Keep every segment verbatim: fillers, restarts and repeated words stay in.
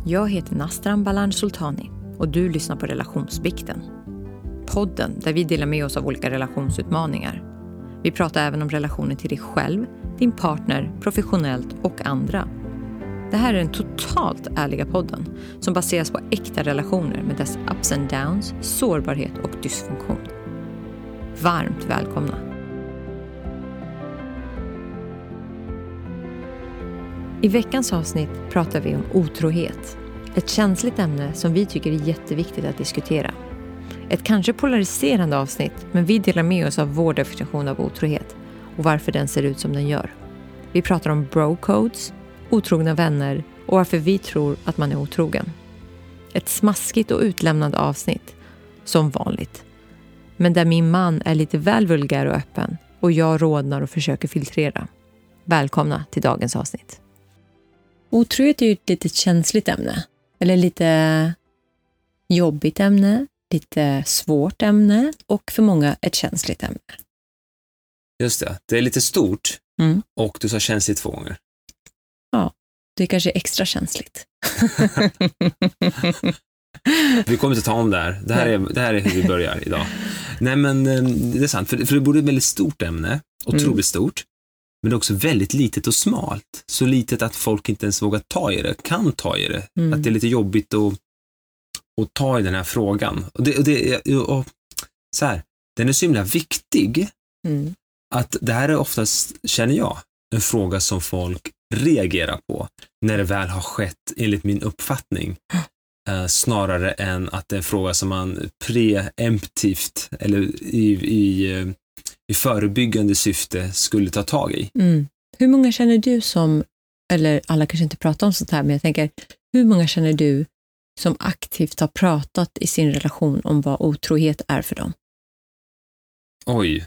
Jag heter Nastran Balan Sultani och du lyssnar på Relationsbikten. Podden där vi delar med oss av olika relationsutmaningar. Vi pratar även om relationer till dig själv, din partner, professionellt och andra. Det här är den totalt ärliga podden som baseras på äkta relationer med dess ups and downs, sårbarhet och dysfunktion. Varmt välkomna! I veckans avsnitt pratar vi om otrohet. Ett känsligt ämne som vi tycker är jätteviktigt att diskutera. Ett kanske polariserande avsnitt, men vi delar med oss av vår definition av otrohet och varför den ser ut som den gör. Vi pratar om bro-codes, otrogna vänner och varför vi tror att man är otrogen. Ett smaskigt och utlämnande avsnitt, som vanligt. Men där min man är lite väl vulgär och öppen och jag rådnar och försöker filtrera. Välkomna till dagens avsnitt. Otrohet är ju ett lite känsligt ämne. Eller lite jobbigt ämne, lite svårt ämne och för många ett känsligt ämne. Just det, det är lite stort Mm. och du sa känsligt två gånger. Ja, det är kanske extra känsligt. Vi kommer inte ta om det här. Det här är, det här är hur vi börjar idag. Nej men det är sant, för, för det borde ett väldigt stort ämne, otroligt mm. stort. Men det är också väldigt litet och smalt. Så litet att folk inte ens vågar ta i det, kan ta i det. Mm. Att det är lite jobbigt att, att ta i den här frågan. Och det, och det, och, så här, den är så himla viktig mm. att det här är oftast, känner jag, en fråga som folk reagerar på när det väl har skett, enligt min uppfattning. Uh, snarare än att det är en fråga som man preemptivt eller i, i, i förebyggande syfte skulle ta tag i. Mm. Hur många känner du som, eller alla kanske inte pratar om sånt här, men jag tänker, hur många känner du som aktivt har pratat i sin relation om vad otrohet är för dem? Oj.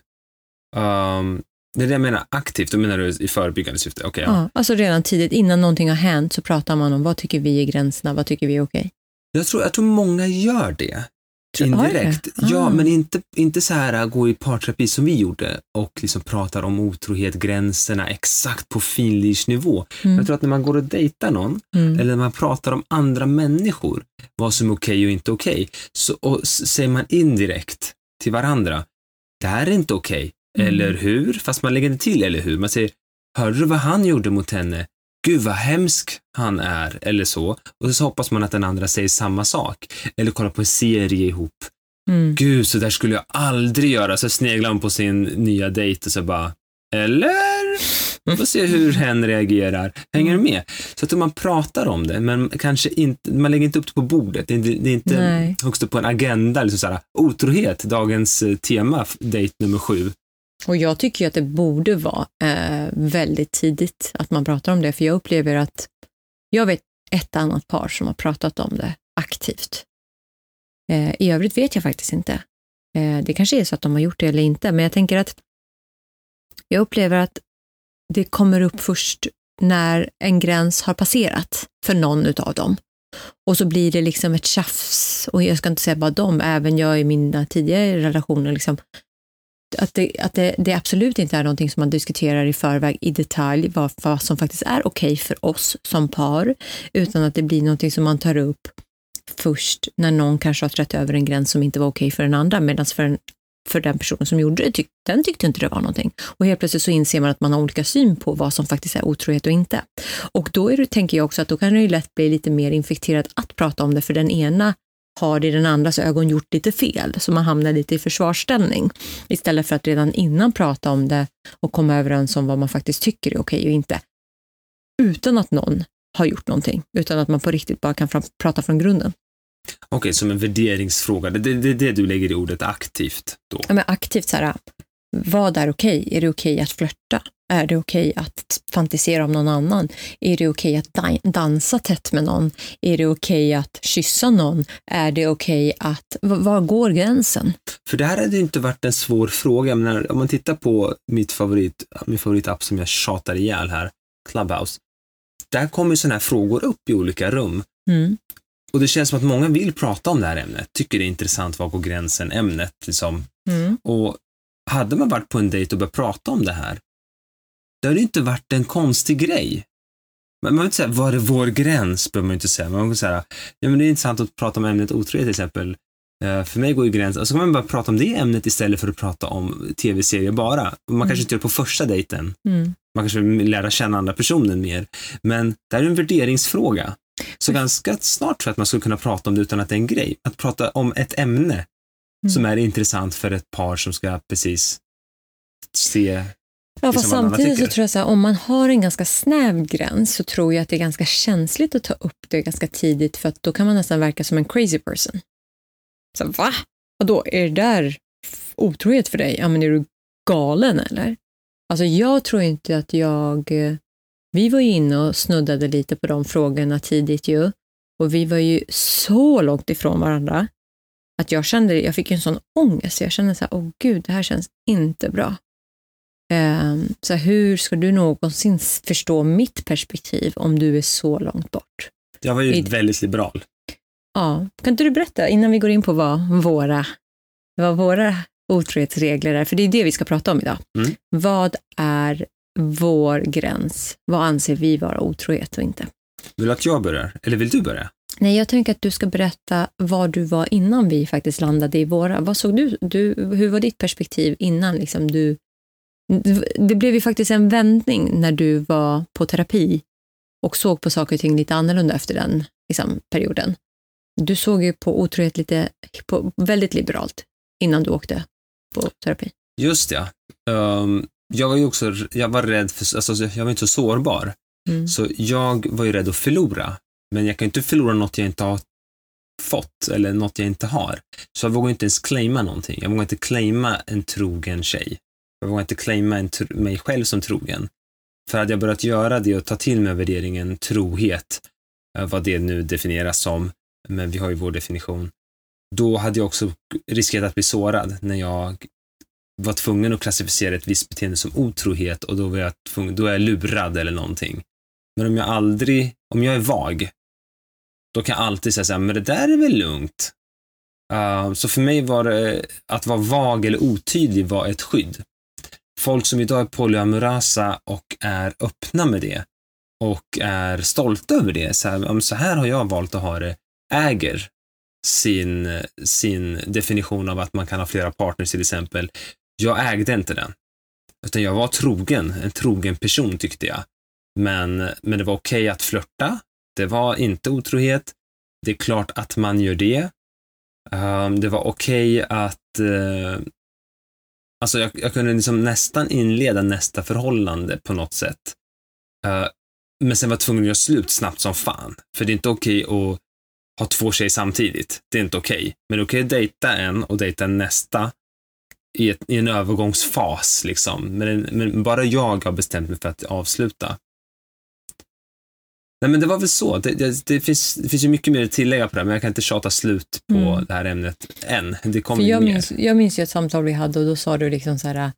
Um, det är det jag menar aktivt, då menar du i förebyggande syfte? Okay, ja. Ja, alltså redan tidigt, innan någonting har hänt så pratar man om vad tycker vi är gränserna, vad tycker vi är okej? Jag tror, jag tror många gör det. Indirekt. Ah. Ja, men inte, inte så här gå i parterapi som vi gjorde och liksom pratar om otrohet, gränserna exakt på finlirsnivå. Mm. Jag tror att när man går och dejtar någon mm. eller när man pratar om andra människor, vad som är okej och inte okej, så och säger man indirekt till varandra, det här är inte okej, mm. eller hur? Fast man lägger det till, eller hur? Man säger, hörde du vad han gjorde mot henne? Gud vad hemsk han är, eller så. Och så hoppas man att den andra säger samma sak. Eller kollar på en serie ihop. Mm. Gud, så där skulle jag aldrig göra. Så sneglar man på sin nya dejt och så bara, eller? Får se hur hen reagerar. Hänger du med? Så att man pratar om det, men kanske inte, man lägger inte upp det på bordet. Det är inte, det är inte Nej. högst upp på en agenda. Liksom så här, otrohet, dagens tema, dejt nummer sju. Och jag tycker ju att det borde vara eh, väldigt tidigt att man pratar om det. För jag upplever att jag vet ett annat par som har pratat om det aktivt. Eh, I övrigt vet jag faktiskt inte. Eh, det kanske är så att de har gjort det eller inte. Men jag tänker att jag upplever att det kommer upp först när en gräns har passerat för någon utav dem. Och så blir det liksom ett tjafs. Och jag ska inte säga bara dem, även jag i mina tidigare relationer liksom. Att, det, att det, det absolut inte är någonting som man diskuterar i förväg i detalj vad, vad som faktiskt är okej för oss som par, utan att det blir någonting som man tar upp först när någon kanske har trätt över en gräns som inte var okej för den andra, medan för, en, för den personen som gjorde det, tyck, den tyckte inte det var någonting. Och helt plötsligt så inser man att man har olika syn på vad som faktiskt är otrohet och inte. Och då är det, tänker jag också att då kan det ju lätt bli lite mer infekterat att prata om det, för den ena har i den andras ögon gjort lite fel, så man hamnar lite i försvarsställning istället för att redan innan prata om det och komma överens om vad man faktiskt tycker är okej och inte, utan att någon har gjort någonting, utan att man på riktigt bara kan fram- prata från grunden. Okej, okay, som en värderingsfråga, det är det, det du lägger i ordet aktivt då? Ja, men aktivt så här, vad är okej? Är det okej att flirta? Är det okej att fantisera om någon annan? Är det okej att dan- dansa tätt med någon? Är det okej att kyssa någon? Är det okej att... V- var går gränsen? För det här hade ju inte varit en svår fråga. Men om man tittar på mitt favorit, min favoritapp som jag tjatar ihjäl här, Clubhouse. Där kommer sådana här frågor upp i olika rum. Mm. Och det känns som att många vill prata om det här ämnet. Tycker det är intressant, var går gränsen, ämnet liksom. Mm. Och hade man varit på en dejt och börjat prata om det här, det har ju inte varit en konstig grej. man vill inte säga, vad är vår gräns? Behöver man inte säga. Man vill säga, ja men det är intressant att prata om ämnet otrohet till exempel. Uh, för mig går ju gränsen, alltså kan man bara prata om det ämnet istället för att prata om tv-serier bara. Man mm. kanske inte gör det på första dejten. Mm. Man kanske vill lära känna andra personen mer. Men det är en värderingsfråga. Så mm. ganska snart för att man skulle kunna prata om det utan att det är en grej. Att prata om ett ämne mm. som är intressant för ett par som ska precis se. Ja, fast samtidigt så tror jag så här, om man har en ganska snäv gräns så tror jag att det är ganska känsligt att ta upp det ganska tidigt, för att då kan man nästan verka som en crazy person. Så va? Och då är det där otrohet för dig? Ja, men är du galen eller? Alltså jag tror inte att jag... Vi var ju inne och snuddade lite på de frågorna tidigt ju. Och vi var ju så långt ifrån varandra att jag kände, jag fick en sån ångest. Jag kände så här, åh gud, det här känns inte bra. Um, så hur ska du någonsin förstå mitt perspektiv om du är så långt bort? Jag var ju I... väldigt liberal. Ja, kan inte du berätta innan vi går in på vad våra, vad våra otrohetsregler är? För det är det vi ska prata om idag. Mm. Vad är vår gräns? Vad anser vi vara otrohet och inte? Vill du att jag börjar? Eller vill du börja? Nej, jag tänker att du ska berätta vad du var innan vi faktiskt landade i våra. Vad såg du? du hur var ditt perspektiv innan liksom du... Det blev ju faktiskt en vändning när du var på terapi och såg på saker och ting lite annorlunda efter den liksom, perioden. Du såg ju på otrohet lite på, väldigt liberalt innan du åkte på terapi. Just ja. Um, jag var ju också jag var rädd för, alltså, jag var inte så sårbar. Mm. Så jag var ju rädd att förlora. Men jag kan inte förlora något jag inte har fått eller något jag inte har. Så jag vågar inte ens claima någonting. Jag vågar inte claima en trogen tjej. Jag vågar inte claima en tro- mig själv som trogen. För att jag börjat göra det och ta till mig värderingen trohet, vad det nu definieras som, men vi har ju vår definition. Då hade jag också riskerat att bli sårad när jag var tvungen att klassificera ett visst beteende som otrohet, och då var jag tvungen, då är jag lurad eller någonting. Men om jag aldrig, om jag är vag, då kan jag alltid säga så här, men det där är väl lugnt. Uh, så för mig var det, att vara vag eller otydlig var ett skydd. Folk som idag är polyamorösa och är öppna med det och är stolta över det, så här, så här har jag valt att ha det, äger sin, sin definition av att man kan ha flera partners till exempel. Jag ägde inte den, utan jag var trogen, en trogen person tyckte jag. Men, men det var okej att flirta, det var inte otrohet, det är klart att man gör det. Um, det var okej att uh, alltså jag, jag kunde liksom nästan inleda nästa förhållande på något sätt. Uh, men sen var jag tvungen att göra slut snabbt som fan. För det är inte okej att ha två tjejer samtidigt. Det är inte okej. Men det är okej att dejta en och dejta nästa i, ett, i en övergångsfas liksom. Men, men bara jag har bestämt mig för att avsluta. Nej, men det var väl så. Det, det, det, finns, det finns ju mycket mer att tillägga på det, men jag kan inte tjata slut på mm. det här ämnet än. Det kommer jag mer. Minns, jag minns ju ett samtal vi hade och då sa du liksom så här,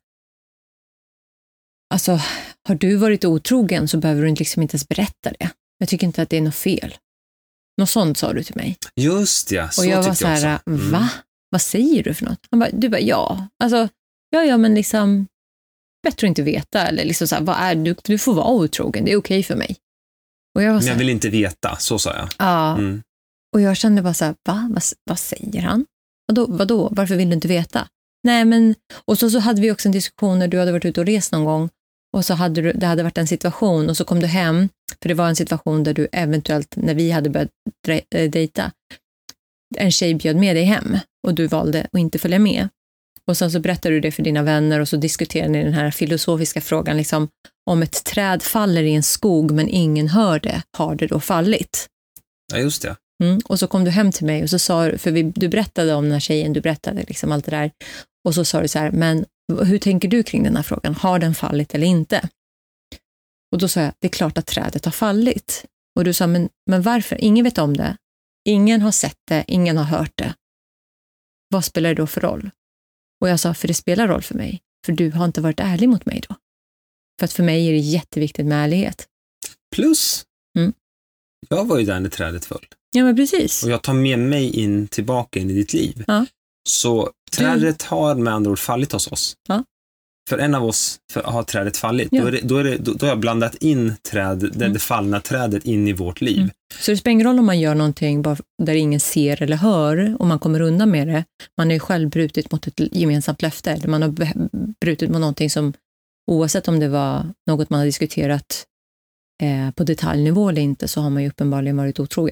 alltså, har du varit otrogen så behöver du liksom inte ens berätta det. Jag tycker inte att det är något fel. Något sånt sa du till mig. Just ja, så och jag var så här, jag mm. va? Vad säger du för något? Han bara, du bara, ja. Alltså, ja, ja, men liksom bättre att inte veta. Eller liksom så här, vad är du? Du får vara otrogen, det är okej för mig. Och jag var så här, men jag vill inte veta, så sa jag. Ja, mm. och jag kände bara så här, va? Vad, vad säger han? Vadå, vadå? Varför vill du inte veta? Nej, men, och så, så hade vi också en diskussion när du hade varit ute och rest någon gång. Och så hade du, det hade varit en situation och så kom du hem. För det var en situation där du eventuellt, när vi hade börjat dejta, en tjej bjöd med dig hem och du valde att inte följa med. Och sen så berättade du det för dina vänner och så diskuterade ni den här filosofiska frågan liksom, om ett träd faller i en skog men ingen hör det, har det då fallit? Ja, just det. Mm, och så kom du hem till mig och så sa, för vi, du berättade om den här tjejen, du berättade liksom allt det där. Och så sa du så här, men hur tänker du kring den här frågan? Har den fallit eller inte? Och då sa jag, det är klart att trädet har fallit. Och du sa, men, men varför? Ingen vet om det. Ingen har sett det, ingen har hört det. Vad spelar det då för roll? Och jag sa, för det spelar roll för mig. För du har inte varit ärlig mot mig då. För att för mig är det jätteviktigt med ärlighet. Plus, mm. jag var ju där när trädet föll. Ja, men precis. Och jag tar med mig in tillbaka in i ditt liv. Ja. Så trädet du... har med andra ord fallit hos oss. Ja. för en av oss för, har trädet fallit, Ja. då, är det, då, är det, då, då har jag blandat in träd, det, Mm. det fallna trädet in i vårt liv. Mm. Så det spelar ingen roll om man gör någonting bara där ingen ser eller hör och man kommer undan med det. Man har ju själv brutit mot ett gemensamt löfte, eller man har brutit mot någonting som, oavsett om det var något man har diskuterat eh, på detaljnivå eller inte, så har man ju uppenbarligen varit otrogen.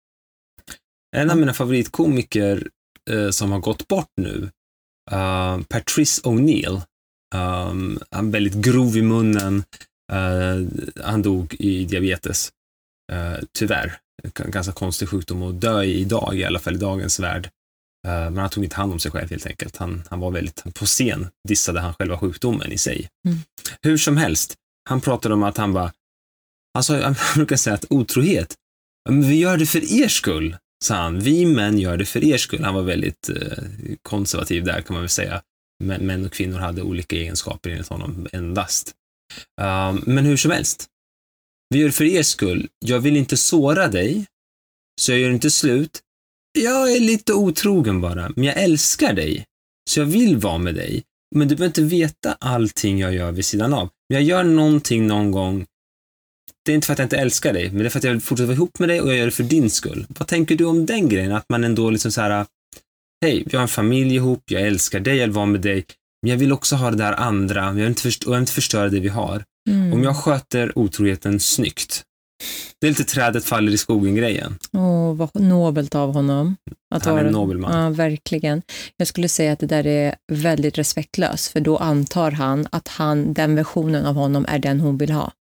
En av mina favoritkomiker eh, som har gått bort nu, uh, Patrice O'Neill, um, han är väldigt grov i munnen, uh, han dog i diabetes, uh, tyvärr, en ganska konstig sjukdom att dö i idag, i alla fall i dagens värld, uh, men han tog inte hand om sig själv helt enkelt, han, han var väldigt, på scen dissade han själva sjukdomen i sig. Mm. Hur som helst, han pratade om att han var, alltså han brukar säga att otrohet, men vi gör det för er skull, sa han. Vi män gör det för er skull. Han var väldigt eh, konservativ där, kan man väl säga. Men, män och kvinnor hade olika egenskaper enligt honom endast. Um, men hur som helst. Vi gör det för er skull. Jag vill inte såra dig, så jag gör inte slut. Jag är lite otrogen bara, men jag älskar dig. Så jag vill vara med dig. Men du behöver inte veta allting jag gör vid sidan av. Men jag gör någonting någon gång. Det är inte för att jag inte älskar dig, men det är för att jag vill fortsätta vara ihop med dig och jag gör det för din skull. Vad tänker du om den grejen? Att man ändå liksom så här, hej, vi har en familj ihop, jag älskar dig, jag vill vara med dig, men jag vill också ha det där andra, men jag vill inte, först- och jag vill inte förstöra det vi har. Mm. Om jag sköter otroheten snyggt. Det är lite trädet faller i skogen-grejen. Åh, oh, vad nobelt av honom. Att Han är vara en nobel man. Ja, verkligen. Jag skulle säga att det där är väldigt respektlöst, för då antar han att han, den versionen av honom är den hon vill ha.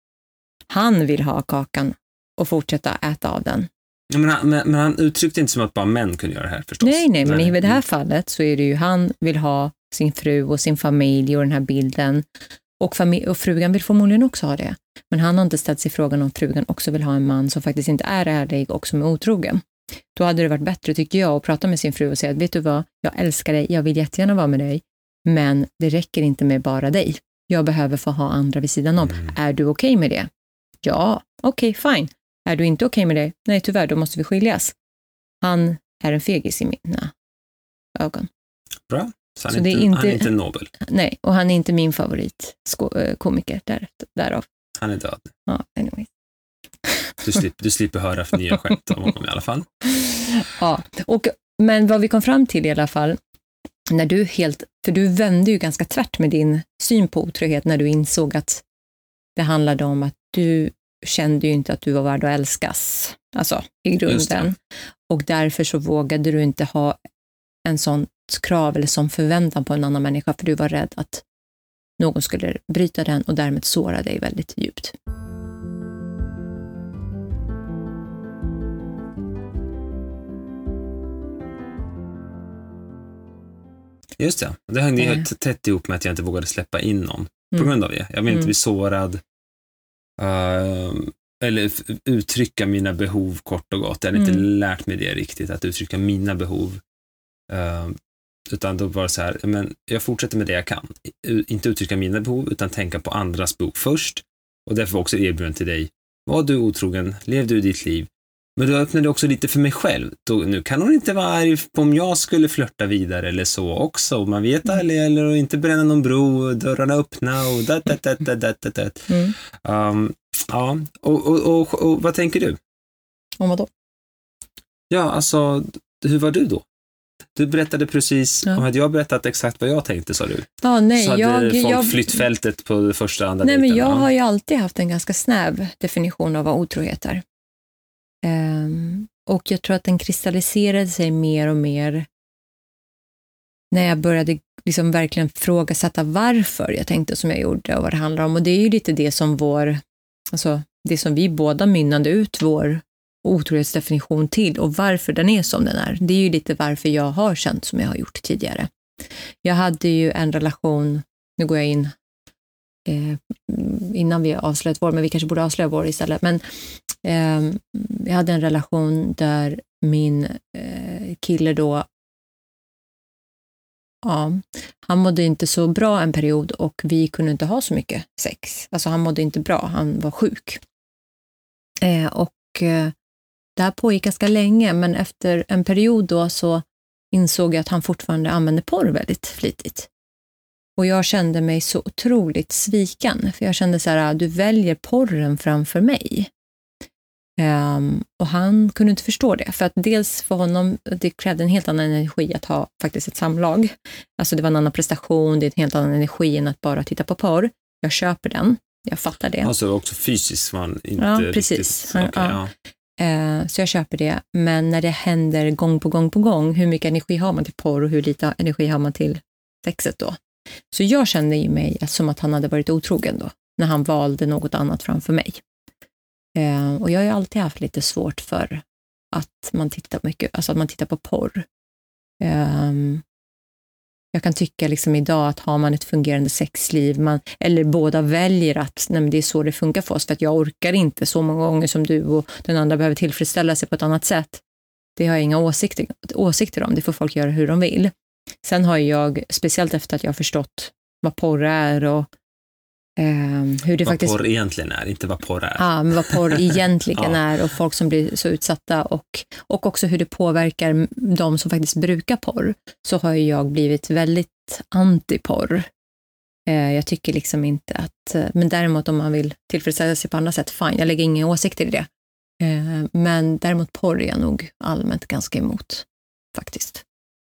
Han vill ha kakan och fortsätta äta av den. Ja, men, han, men, men han uttryckte inte som att bara män kunde göra det här förstås. Nej, nej, men nej. I det här fallet så är det ju, han vill ha sin fru och sin familj och den här bilden. Och, familj, och frugan vill förmodligen också ha det. Men han har inte ställt sig frågan om frugan också vill ha en man som faktiskt inte är ärlig och som är otrogen. Då hade det varit bättre, tycker jag, att prata med sin fru och säga att vet du vad, jag älskar dig, jag vill jättegärna vara med dig, men det räcker inte med bara dig. Jag behöver få ha andra vid sidan om. Mm. Är du okej med det? Ja, okej, okay, fine. Är du inte okej med det? Nej, tyvärr, då måste vi skiljas. Han är en fegis i mina ögon. Bra. Så han, så är det inte, är inte, han är inte nobel. Nej, och han är inte min favorit sko- komiker där, därav. Han är död. Ja, anyway. Du slipper, du slipper höra för nya skämt om honom i alla fall. Ja, och, men vad vi kom fram till i alla fall, när du helt, för du vände ju ganska tvärt med din syn på otrohet när du insåg att det handlade om att du kände ju inte att du var värd att älskas, alltså i grunden. Och därför så vågade du inte ha en sån krav eller som förväntan på en annan människa, för du var rädd att någon skulle bryta den och därmed såra dig väldigt djupt. Just det, det hängde ju tätt ihop med att jag inte vågade släppa in någon på mm. grund av det. Jag vill inte mm. bli sårad uh, eller uttrycka mina behov kort och gott. Jag hade mm. inte lärt mig det riktigt, att uttrycka mina behov. Uh, utan då var det så här, men jag fortsätter med det jag kan. Inte uttrycka mina behov, utan tänka på andras behov först. Och därför var också erbjuden till dig. Var du otrogen? Levde du ditt liv? Men då öppnade också lite för mig själv. Då, nu kan hon inte vara arg på om jag skulle flirta vidare eller så också. Man vet eller, eller inte bränna någon bro, dörrarna öppna och dat, dat, dat, dat, dat, dat. Mm. Um, ja, och, och, och, och vad tänker du? Om vad då? Ja, alltså, hur var du då? Du berättade precis, ja. Om hade jag berättat exakt vad jag tänkte, sa du. Ja, nej, så hade jag, folk jag, flytt fältet på det första andra Nej, dejten, men jag ja. har ju alltid haft en ganska snäv definition av vad otrohet är. Um, och jag tror att den kristalliserade sig mer och mer när jag började liksom verkligen frågasätta varför jag tänkte som jag gjorde och vad det handlar om. Och det är ju lite det som vår, alltså det som vi båda mynnade ut vår otrohetsdefinition till och varför den är som den är. Det är ju lite varför jag har känt som jag har gjort tidigare. Jag hade ju en relation, nu går jag in eh, innan vi har avslöjat vår, men vi kanske borde avslöja vår istället. Men eh, jag hade en relation där min eh, kille då, ja, han mådde inte så bra en period och vi kunde inte ha så mycket sex. Alltså han mådde inte bra, han var sjuk. Eh, och eh, det här pågick ganska länge, men efter en period då så insåg jag att han fortfarande använde porr väldigt flitigt. Och jag kände mig så otroligt sviken. För jag kände så här, du väljer porren framför mig. Um, och han kunde inte förstå det. För att dels för honom, det krävde en helt annan energi att ha faktiskt ett samlag. Alltså det var en annan prestation, det är en helt annan energi än att bara titta på porr. Jag köper den, jag fattar det. Alltså också fysiskt man inte ja, riktigt... Precis. Han, okay, ja. Ja. Uh, så jag köper det. Men när det händer gång på gång på gång, hur mycket energi har man till porr och hur lite energi har man till sexet då? Så jag kände ju mig som att han hade varit otrogen då, när han valde något annat framför mig. Uh, och jag har ju alltid haft lite svårt för att man tittar mycket, alltså att man tittar på porr. Um, jag kan tycka liksom idag att har man ett fungerande sexliv, man, eller båda väljer att nej, men det är så det funkar för oss, för att jag orkar inte så många gånger som du och den andra behöver tillfredsställa sig på ett annat sätt. Det har jag inga åsikter, åsikter om, det får folk göra hur de vill. Sen har jag, speciellt efter att jag har förstått vad porr är och Um, hur det vad faktiskt... porr egentligen är, inte vad porr är. Ja, men vad porr egentligen ja. är och folk som blir så utsatta och, och också hur det påverkar de som faktiskt brukar porr, så har jag blivit väldigt anti-porr. Uh, jag tycker liksom inte att, uh, men däremot om man vill tillfredsställa sig på andra sätt, fine, jag lägger inga åsikter i det. Uh, men däremot porr är jag nog allmänt ganska emot, faktiskt.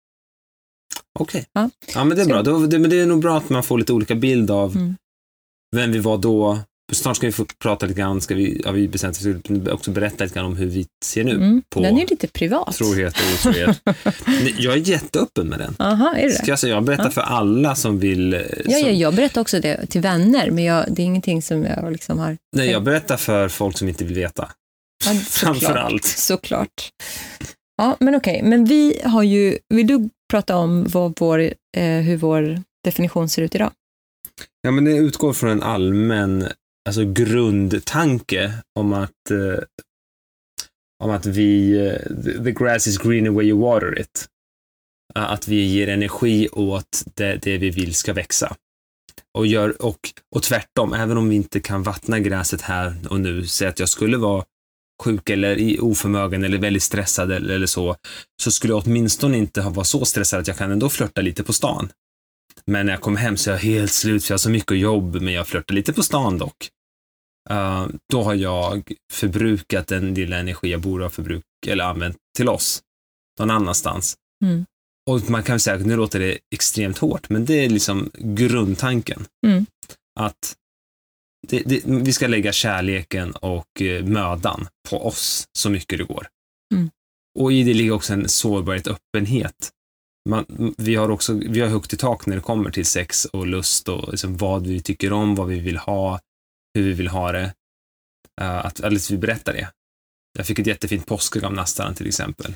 Okej, okay. ja. ja men det är bra. Det, det, men det är nog bra att man får lite olika bild av mm. vem vi var då. Snart ska vi få prata lite grann, ska vi, ja, vi bestämt oss också berätta lite grann om hur vi ser nu mm, på den är lite privat. Trohet och otrohet. Jag är jätteöppen med den. Aha, är det? Ska jag säga, jag berättar ja. för alla som vill... Som... Ja, ja, jag berättar också det till vänner, men jag, det är ingenting som jag liksom har... Nej, jag berättar för folk som inte vill veta. Ja, framför allt. Såklart. Ja, men okej. Okay. Men vi har ju... Vill du prata om vad vår, eh, hur vår definition ser ut idag? Ja, men det utgår från en allmän alltså grundtanke om att eh, om att vi uh, the grass is greener where you water it. Uh, att vi ger energi åt det, det vi vill ska växa. Och, gör, och, och tvärtom, även om vi inte kan vattna gräset här och nu, säg att jag skulle vara sjuk eller oförmögen eller väldigt stressad eller, eller så, så skulle jag åtminstone inte ha varit så stressad att jag kan ändå flirta lite på stan. Men när jag kommer hem så är jag helt slut för jag har så mycket jobb, men jag flirtar lite på stan dock. Uh, då har jag förbrukat den lilla energi jag borde ha förbrukat eller använt till oss någon annanstans. Mm. Och man kan säga att nu låter det extremt hårt, men det är liksom grundtanken. Mm. Att det, det, vi ska lägga kärleken och eh, mödan på oss så mycket det går. Mm. Och i det ligger också en sårbarhet, öppenhet. Man, vi har också vi har högt i tak när det kommer till sex och lust och liksom vad vi tycker om, vad vi vill ha, hur vi vill ha det. Uh, att Alice vi berättar det. Jag fick ett jättefint påskägg av Nastan till exempel.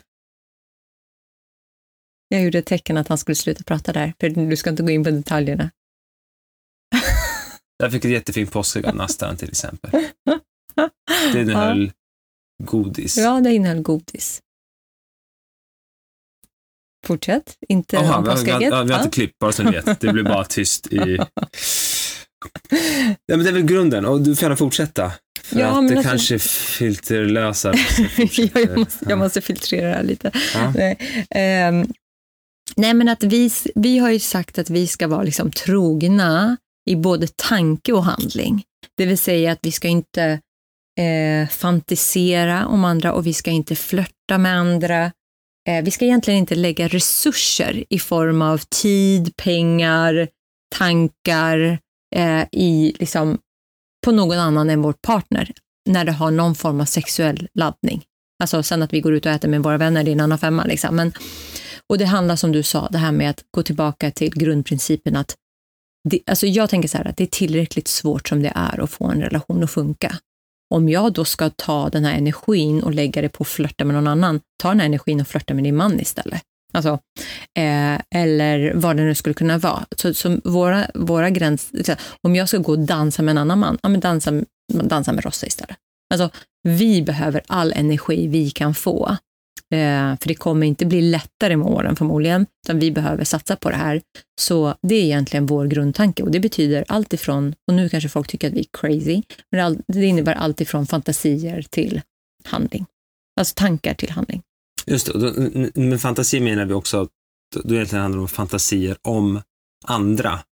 Jag gjorde ett tecken att han skulle sluta prata där, för du ska inte gå in på detaljerna. Jag fick ett jättefint påskägg av Nastan till exempel. Det innehöll ja. godis. Ja, det innehöll godis. Fortsätt, inte Aha, om påskägget. Vi, vi, vi har inte klippt, bara så ni vet. Det blir bara tyst i... Ja, men det är väl grunden, och du får gärna fortsätta. För ja, att det alltså... kanske filterlösar. ja, jag, måste, jag måste filtrera det här lite. Ja. Nej. Um, nej, men att vi, vi har ju sagt att vi ska vara liksom trogna i både tanke och handling. Det vill säga att vi ska inte eh, fantisera om andra och vi ska inte flirta med andra. Eh, vi ska egentligen inte lägga resurser i form av tid, pengar, tankar eh, i liksom på någon annan än vår partner när det har någon form av sexuell laddning. Alltså sen att vi går ut och äter med våra vänner, det är en annan femma liksom. Men, och det handlar som du sa, det här med att gå tillbaka till grundprincipen att det, alltså jag tänker så här att det är tillräckligt svårt som det är att få en relation att funka. Om jag då ska ta den här energin och lägga det på att flirta med någon annan, ta den här energin och flirta med din man istället. Alltså, eh, eller vad det nu skulle kunna vara. Så, så våra, våra gränser, om jag ska gå och dansa med en annan man, ja men dansa, dansa med Rossa istället. Alltså, vi behöver all energi vi kan få. Eh, för det kommer inte bli lättare med åren förmodligen, utan vi behöver satsa på det här. Så det är egentligen vår grundtanke, och det betyder allt ifrån, och nu kanske folk tycker att vi är crazy, men det, all, det innebär allt ifrån fantasier till handling. Alltså tankar till handling. Just det, och då, med fantasi menar vi också att då egentligen handlar det om fantasier om andra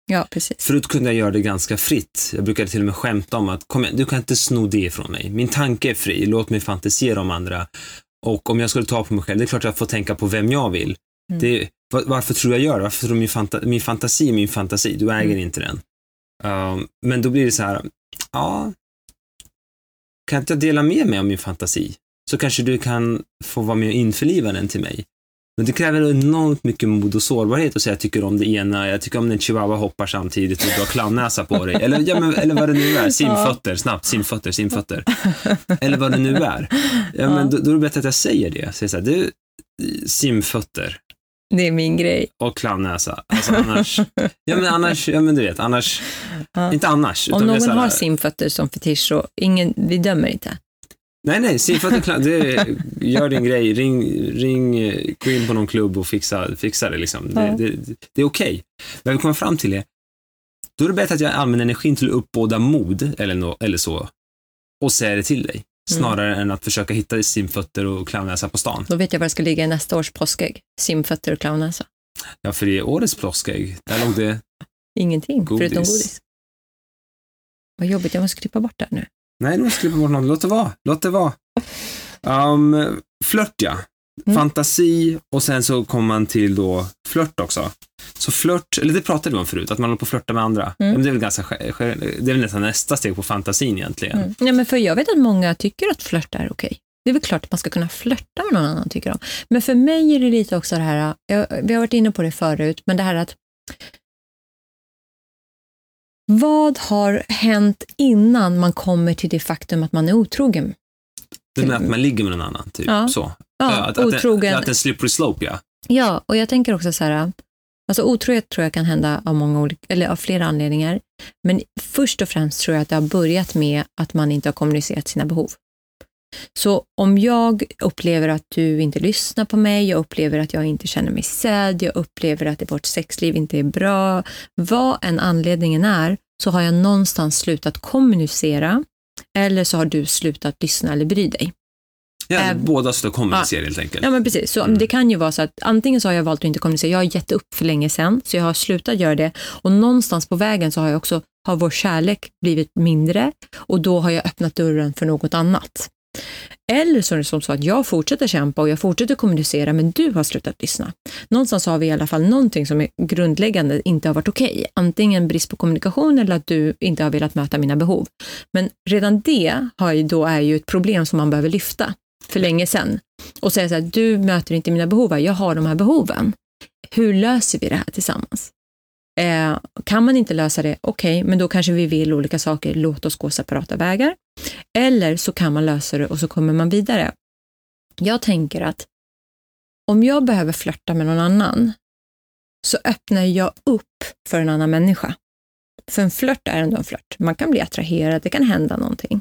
Ja, precis. Förut kunde jag göra det ganska fritt. Jag brukade till och med skämta om att kom igen, du kan inte sno det från mig. Min tanke är fri, låt mig fantisera om andra. Och om jag skulle ta på mig själv, det är klart att jag får tänka på vem jag vill. Mm. Det, var, varför tror jag gör det? Varför tror du min, fanta, min fantasi är min fantasi? Du äger mm. inte den. Um, men då blir det så här, ja, kan inte jag dela med mig av min fantasi? Så kanske du kan få vara med och införliva den till mig. Men det kräver enormt mycket mod och sårbarhet att säga jag tycker om det ena, jag tycker om när chihuahua hoppar samtidigt och drar clownnäsa på dig. Eller, ja, men, eller vad det nu är, simfötter, snabbt, simfötter, simfötter. Eller vad det nu är. Ja, men då, då är det bättre att jag säger det. Jag säger så här, du, simfötter. Det är min grej. Och clownnäsa. Alltså annars, ja men annars, ja men du vet, annars, ja. Inte annars. Om någon har simfötter som fetisch så ingen, vi dömer inte. Nej, nej, simfötter, det, gör din grej, ring, ring, gå in på någon klubb och fixa, fixa det liksom. Det, ja. det, det är okej. Okay. När vi kommer fram till det, då är det bättre att jag använder energin till att uppbåda mod eller, no, eller så och säga det till dig. Snarare mm. än att försöka hitta simfötter och clownnäsa på stan. Då vet jag vad det ska ligga i nästa års påskägg. Simfötter och clownnäsa. Ja, för i årets påskägg, där låg det ingenting, godis. Förutom godis. Vad jobbigt, jag måste klippa bort det här nu. Nej, du måste klippa bort något. Låt det vara. Låt det vara. Um, flört, ja. Mm. Fantasi och sen så kommer man till då flört också. Så flört, eller det pratade vi om förut, att man håller på att flörta med andra. Mm. Men det är väl ganska, det är väl nästan nästa steg på fantasin egentligen. Mm. Nej, men för jag vet att många tycker att flört är okej. Det är väl klart att man ska kunna flörta med någon annan, tycker de. Men för mig är det lite också det här, jag, vi har varit inne på det förut, men det här att vad har hänt innan man kommer till det faktum att man är otrogen? Det med att man ligger med någon annan, typ ja. så. Ja, att, otrogen. Att, att en slippery slope, ja. Ja, och jag tänker också så här, alltså otrohet tror jag kan hända av många olika, eller av flera anledningar. Men först och främst tror jag att det har börjat med att man inte har kommunicerat sina behov. Så om jag upplever att du inte lyssnar på mig, jag upplever att jag inte känner mig sedd, jag upplever att vårt sexliv inte är bra, vad en anledningen är, så har jag någonstans slutat kommunicera eller så har du slutat lyssna eller bry dig. Ja, äh, båda ska kommunicera ja, helt enkelt. Ja, men precis. Så mm. det kan ju vara så att antingen så har jag valt att inte kommunicera, jag har gett upp för länge sedan, så jag har slutat göra det. Och någonstans på vägen så har jag också, har vår kärlek blivit mindre och då har jag öppnat dörren för något annat. Eller så är det som så att jag fortsätter kämpa och jag fortsätter kommunicera, men du har slutat lyssna. Någonstans har vi i alla fall någonting som är grundläggande inte har varit okej. Antingen brist på kommunikation eller att du inte har velat möta mina behov. Men redan det har ju, då är ju ett problem som man behöver lyfta för länge sedan. Och säga så här, du möter inte mina behov, jag har de här behoven. Hur löser vi det här tillsammans? Eh, kan man inte lösa det, okej, okay, men då kanske vi vill olika saker, låt oss gå separata vägar. Eller så kan man lösa det och så kommer man vidare. Jag tänker att om jag behöver flirta med någon annan så öppnar jag upp för en annan människa. För en flört är ändå en flört. Man kan bli attraherad, det kan hända någonting.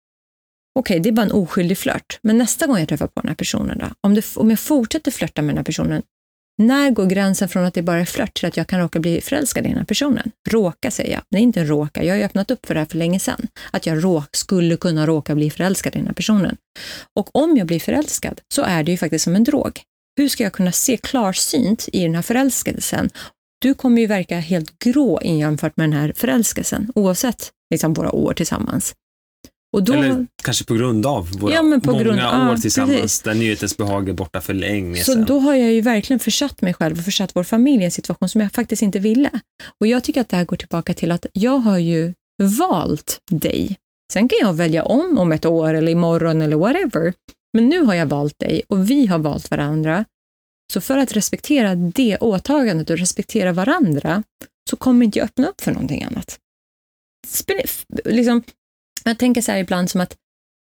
Okej, okay, det är bara en oskyldig flört. Men nästa gång jag träffar på den här personen då, om, det, om jag fortsätter flirta med den här personen, när går gränsen från att det bara är flört till att jag kan råka bli förälskad i den här personen? Råka, säger jag. Nej, inte råka. Jag har ju öppnat upp för det här för länge sedan. Att jag råk, skulle kunna råka bli förälskad i den här personen. Och om jag blir förälskad så är det ju faktiskt som en drog. Hur ska jag kunna se klarsynt i den här förälskelsen? Du kommer ju verka helt grå jämfört med den här förälskelsen. Oavsett liksom våra år tillsammans. Och då, eller kanske på grund av våra ja, men på många grund, år ja, tillsammans precis. Där nyhetens behag är borta för länge så sedan. Då har jag ju verkligen försatt mig själv och försatt vår familj i en situation som jag faktiskt inte ville. Och jag tycker att det här går tillbaka till att jag har ju valt dig. Sen kan jag välja om om ett år eller imorgon eller whatever. Men nu har jag valt dig och vi har valt varandra. Så för att respektera det åtagandet och respektera varandra så kommer inte jag öppna upp för någonting annat. Liksom, jag tänker så här ibland som att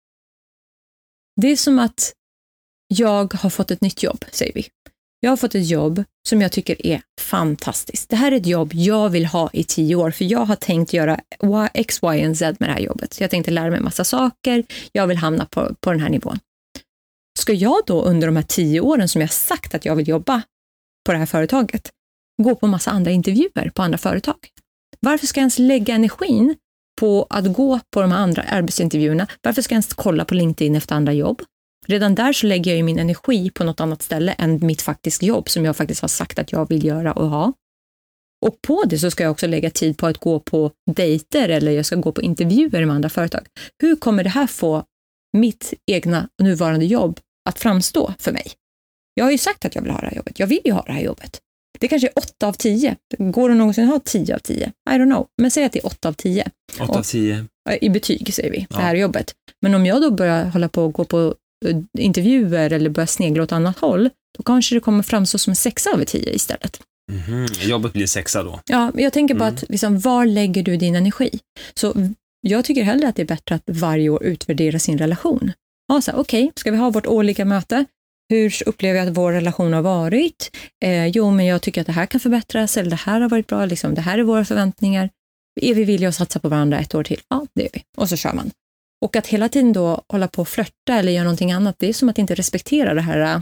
det är som att jag har fått ett nytt jobb, säger vi. Jag har fått ett jobb som jag tycker är fantastiskt. Det här är ett jobb jag vill ha i tio år för jag har tänkt göra X, Y och Z med det här jobbet. Jag tänkte lära mig massa saker. Jag vill hamna på, på den här nivån. Ska jag då under de här tio åren som jag sagt att jag vill jobba på det här företaget gå på massa andra intervjuer på andra företag? Varför ska jag ens lägga energin på att gå på de här andra arbetsintervjuerna? Varför ska jag ens kolla på LinkedIn efter andra jobb? Redan där så lägger jag ju min energi på något annat ställe än mitt faktiska jobb som jag faktiskt har sagt att jag vill göra och ha. Och på det så ska jag också lägga tid på att gå på dejter eller jag ska gå på intervjuer med andra företag. Hur kommer det här få mitt egna nuvarande jobb att framstå för mig? Jag har ju sagt att jag vill ha det här jobbet. Jag vill ju ha det här jobbet. Det kanske är åtta av tio. Går det någonsin att ha tio av tio? I don't know. Men säg att det är åtta av tio. åtta av tio. I betyg säger vi, Ja. det här jobbet. Men om jag då börjar hålla på och gå på intervjuer eller börjar snegla åt annat håll, då kanske det kommer framstå som en sexa av tio istället. Mm-hmm. Jobbet blir sexa då. Ja, men jag tänker på Mm. att liksom, var lägger du din energi? Så jag tycker hellre att det är bättre att varje år utvärdera sin relation. Ja, så okej, okay, ska vi ha vårt årliga möte? Hur upplever jag att vår relation har varit? Eh, jo, men jag tycker att det här kan förbättras, eller det här har varit bra, liksom, det här är våra förväntningar. Är vi villiga att satsa på varandra ett år till? Ja, det är vi. Och så kör man. Och att hela tiden då hålla på och flörta eller göra någonting annat, det är som att inte respektera det här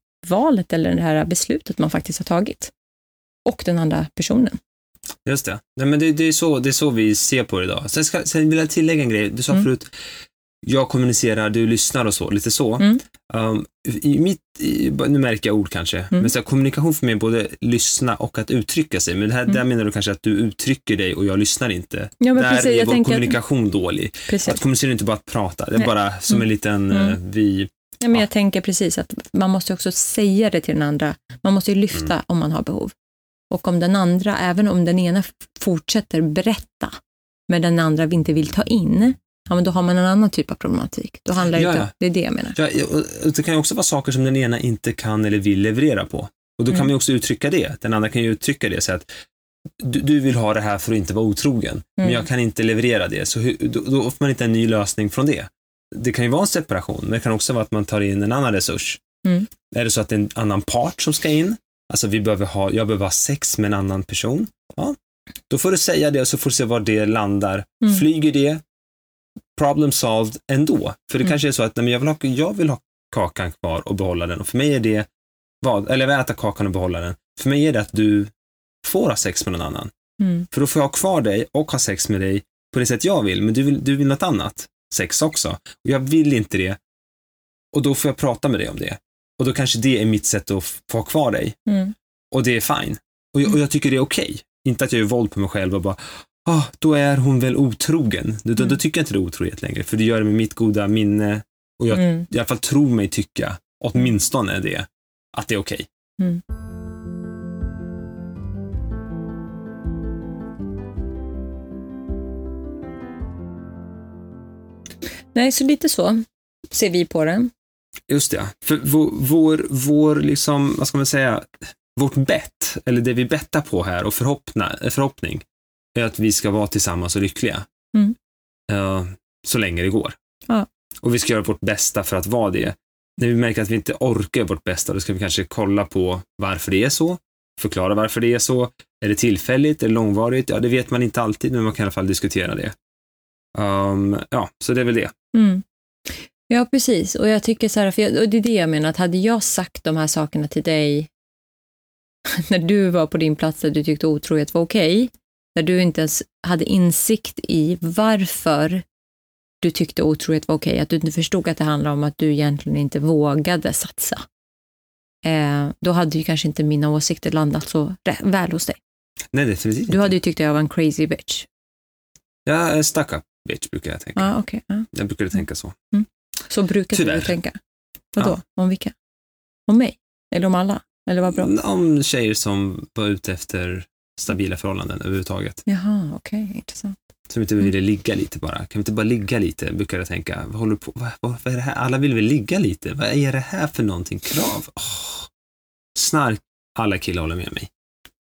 valet eller det här beslutet man faktiskt har tagit. Och den andra personen. Just det. Nej, men det, det, är så, det är så vi ser på det idag. Sen, ska, sen vill jag tillägga en grej. Du sa mm. förut, jag kommunicerar, du lyssnar och så, lite så. Mm. Um, i mitt, i, nu märker jag ord kanske, mm. men så här, kommunikation för mig är både lyssna och att uttrycka sig. Men det här, mm. där menar du kanske att du uttrycker dig och jag lyssnar inte. Ja, men där precis, är jag vår tänker kommunikation att, dålig. Precis. Att kommunicera inte bara att prata, det är Nej. bara som mm. en liten, mm. vi... Ja, men jag tänker precis att man måste också säga det till den andra. Man måste ju lyfta mm. om man har behov. Och om den andra, även om den ena fortsätter berätta, men den andra inte vill ta in, ja, men då har man en annan typ av problematik. Då handlar det inte, det är det jag menar. Ja, och det kan ju också vara saker som den ena inte kan eller vill leverera på. Och då kan mm. man ju också uttrycka det. Den andra kan ju uttrycka det så att du, du vill ha det här för att inte vara otrogen, mm. men jag kan inte leverera det. Så hur, då, då får man inte en ny lösning från det. Det kan ju vara en separation, men det kan också vara att man tar in en annan resurs. Mm. Är det så att det är en annan part som ska in? Alltså vi behöver ha, jag behöver ha sex med en annan person. Ja, då får du säga det och så får du se var det landar. Mm. Flyger det? Problem solved ändå. För det mm. kanske är så att nej, men jag, vill ha, jag vill ha kakan kvar och behålla den. Och för mig är det, vad, eller jag vill äta kakan och behålla den. För mig är det att du får ha sex med någon annan. Mm. För då får jag ha kvar dig och ha sex med dig på det sätt jag vill. Men du vill, du vill något annat. Sex också. Och jag vill inte det. Och då får jag prata med dig om det. Och då kanske det är mitt sätt att få ha kvar dig. Mm. Och det är fine. Och jag, och jag tycker det är okej. Okay. Inte att jag gör våld på mig själv och bara, ah, då är hon väl otrogen. Då, då, då tycker jag inte det är otrohet längre. För det gör det med mitt goda minne. Och jag mm. i alla fall tror mig tycka, åtminstone är det, att det är okej. Okay. Mm. Nej, så lite så ser vi på det. Just det. För vår, vår, vår liksom, vad ska man säga, vårt bett, eller det vi bettar på här och förhoppna, förhoppning är att vi ska vara tillsammans och lyckliga. Mm. Uh, så länge det går. Ja. Och vi ska göra vårt bästa för att vara det. När vi märker att vi inte orkar vårt bästa, då ska vi kanske kolla på varför det är så. Förklara varför det är så. Är det tillfälligt eller långvarigt? Ja, det vet man inte alltid, men man kan i alla fall diskutera det. Um, ja, så det är väl det. Mm. Ja, precis. Och jag tycker så här, för jag, och det är det jag menar, att hade jag sagt de här sakerna till dig när du var på din plats där du tyckte otrohet var okej, när du inte ens hade insikt i varför du tyckte otrohet var okej, att du inte förstod att det handlar om att du egentligen inte vågade satsa, eh, då hade ju kanske inte mina åsikter landat så väl hos dig. Nej, definitivt inte. Du hade ju tyckt att jag var en crazy bitch. Ja, en stuck up bitch brukar jag tänka. Ah, okay, ah. Jag brukar tänka så. Mm. Så brukar Tyvärr. du tänka? Vadå? Ja. Om vilka? Om mig? Eller om alla? Eller vad bra? Om tjejer som var ute efter stabila förhållanden överhuvudtaget. Jaha, okej, okay, intressant. Som inte ville ligga lite bara. Kan vi inte bara ligga lite, brukar jag tänka. Vad håller på? Vad, vad är det här? Alla vill väl ligga lite? Vad är det här för någonting? Krav? Oh. Snark. Alla killar håller med mig.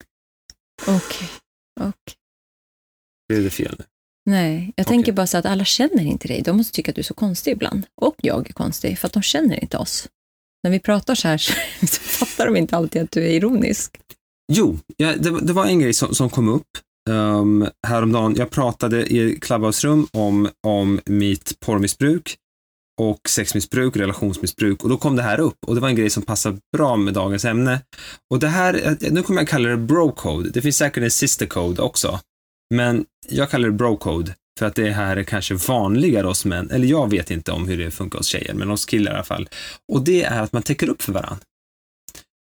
Okej, okay. okej. Okay. Det är det fel nu. Nej, jag okay. tänker bara så att alla känner inte dig. De måste tycka att du är så konstig ibland. Och jag är konstig, för att de känner inte oss. När vi pratar så här så fattar de inte alltid att du är ironisk. Jo, ja, det, det var en grej som, som kom upp um, häromdagen. Jag pratade i Clubhouse-rum om, om mitt porrmissbruk och sexmissbruk, relationsmissbruk. Och då kom det här upp. Och det var en grej som passar bra med dagens ämne. Och det här, nu kommer jag kalla det bro-code. Det finns säkert en sister-code också. Men jag kallar det bro-code för att det här är kanske vanligare hos män. Eller jag vet inte om hur det funkar hos tjejer, men hos killar i alla fall. Och det är att man täcker upp för varandra.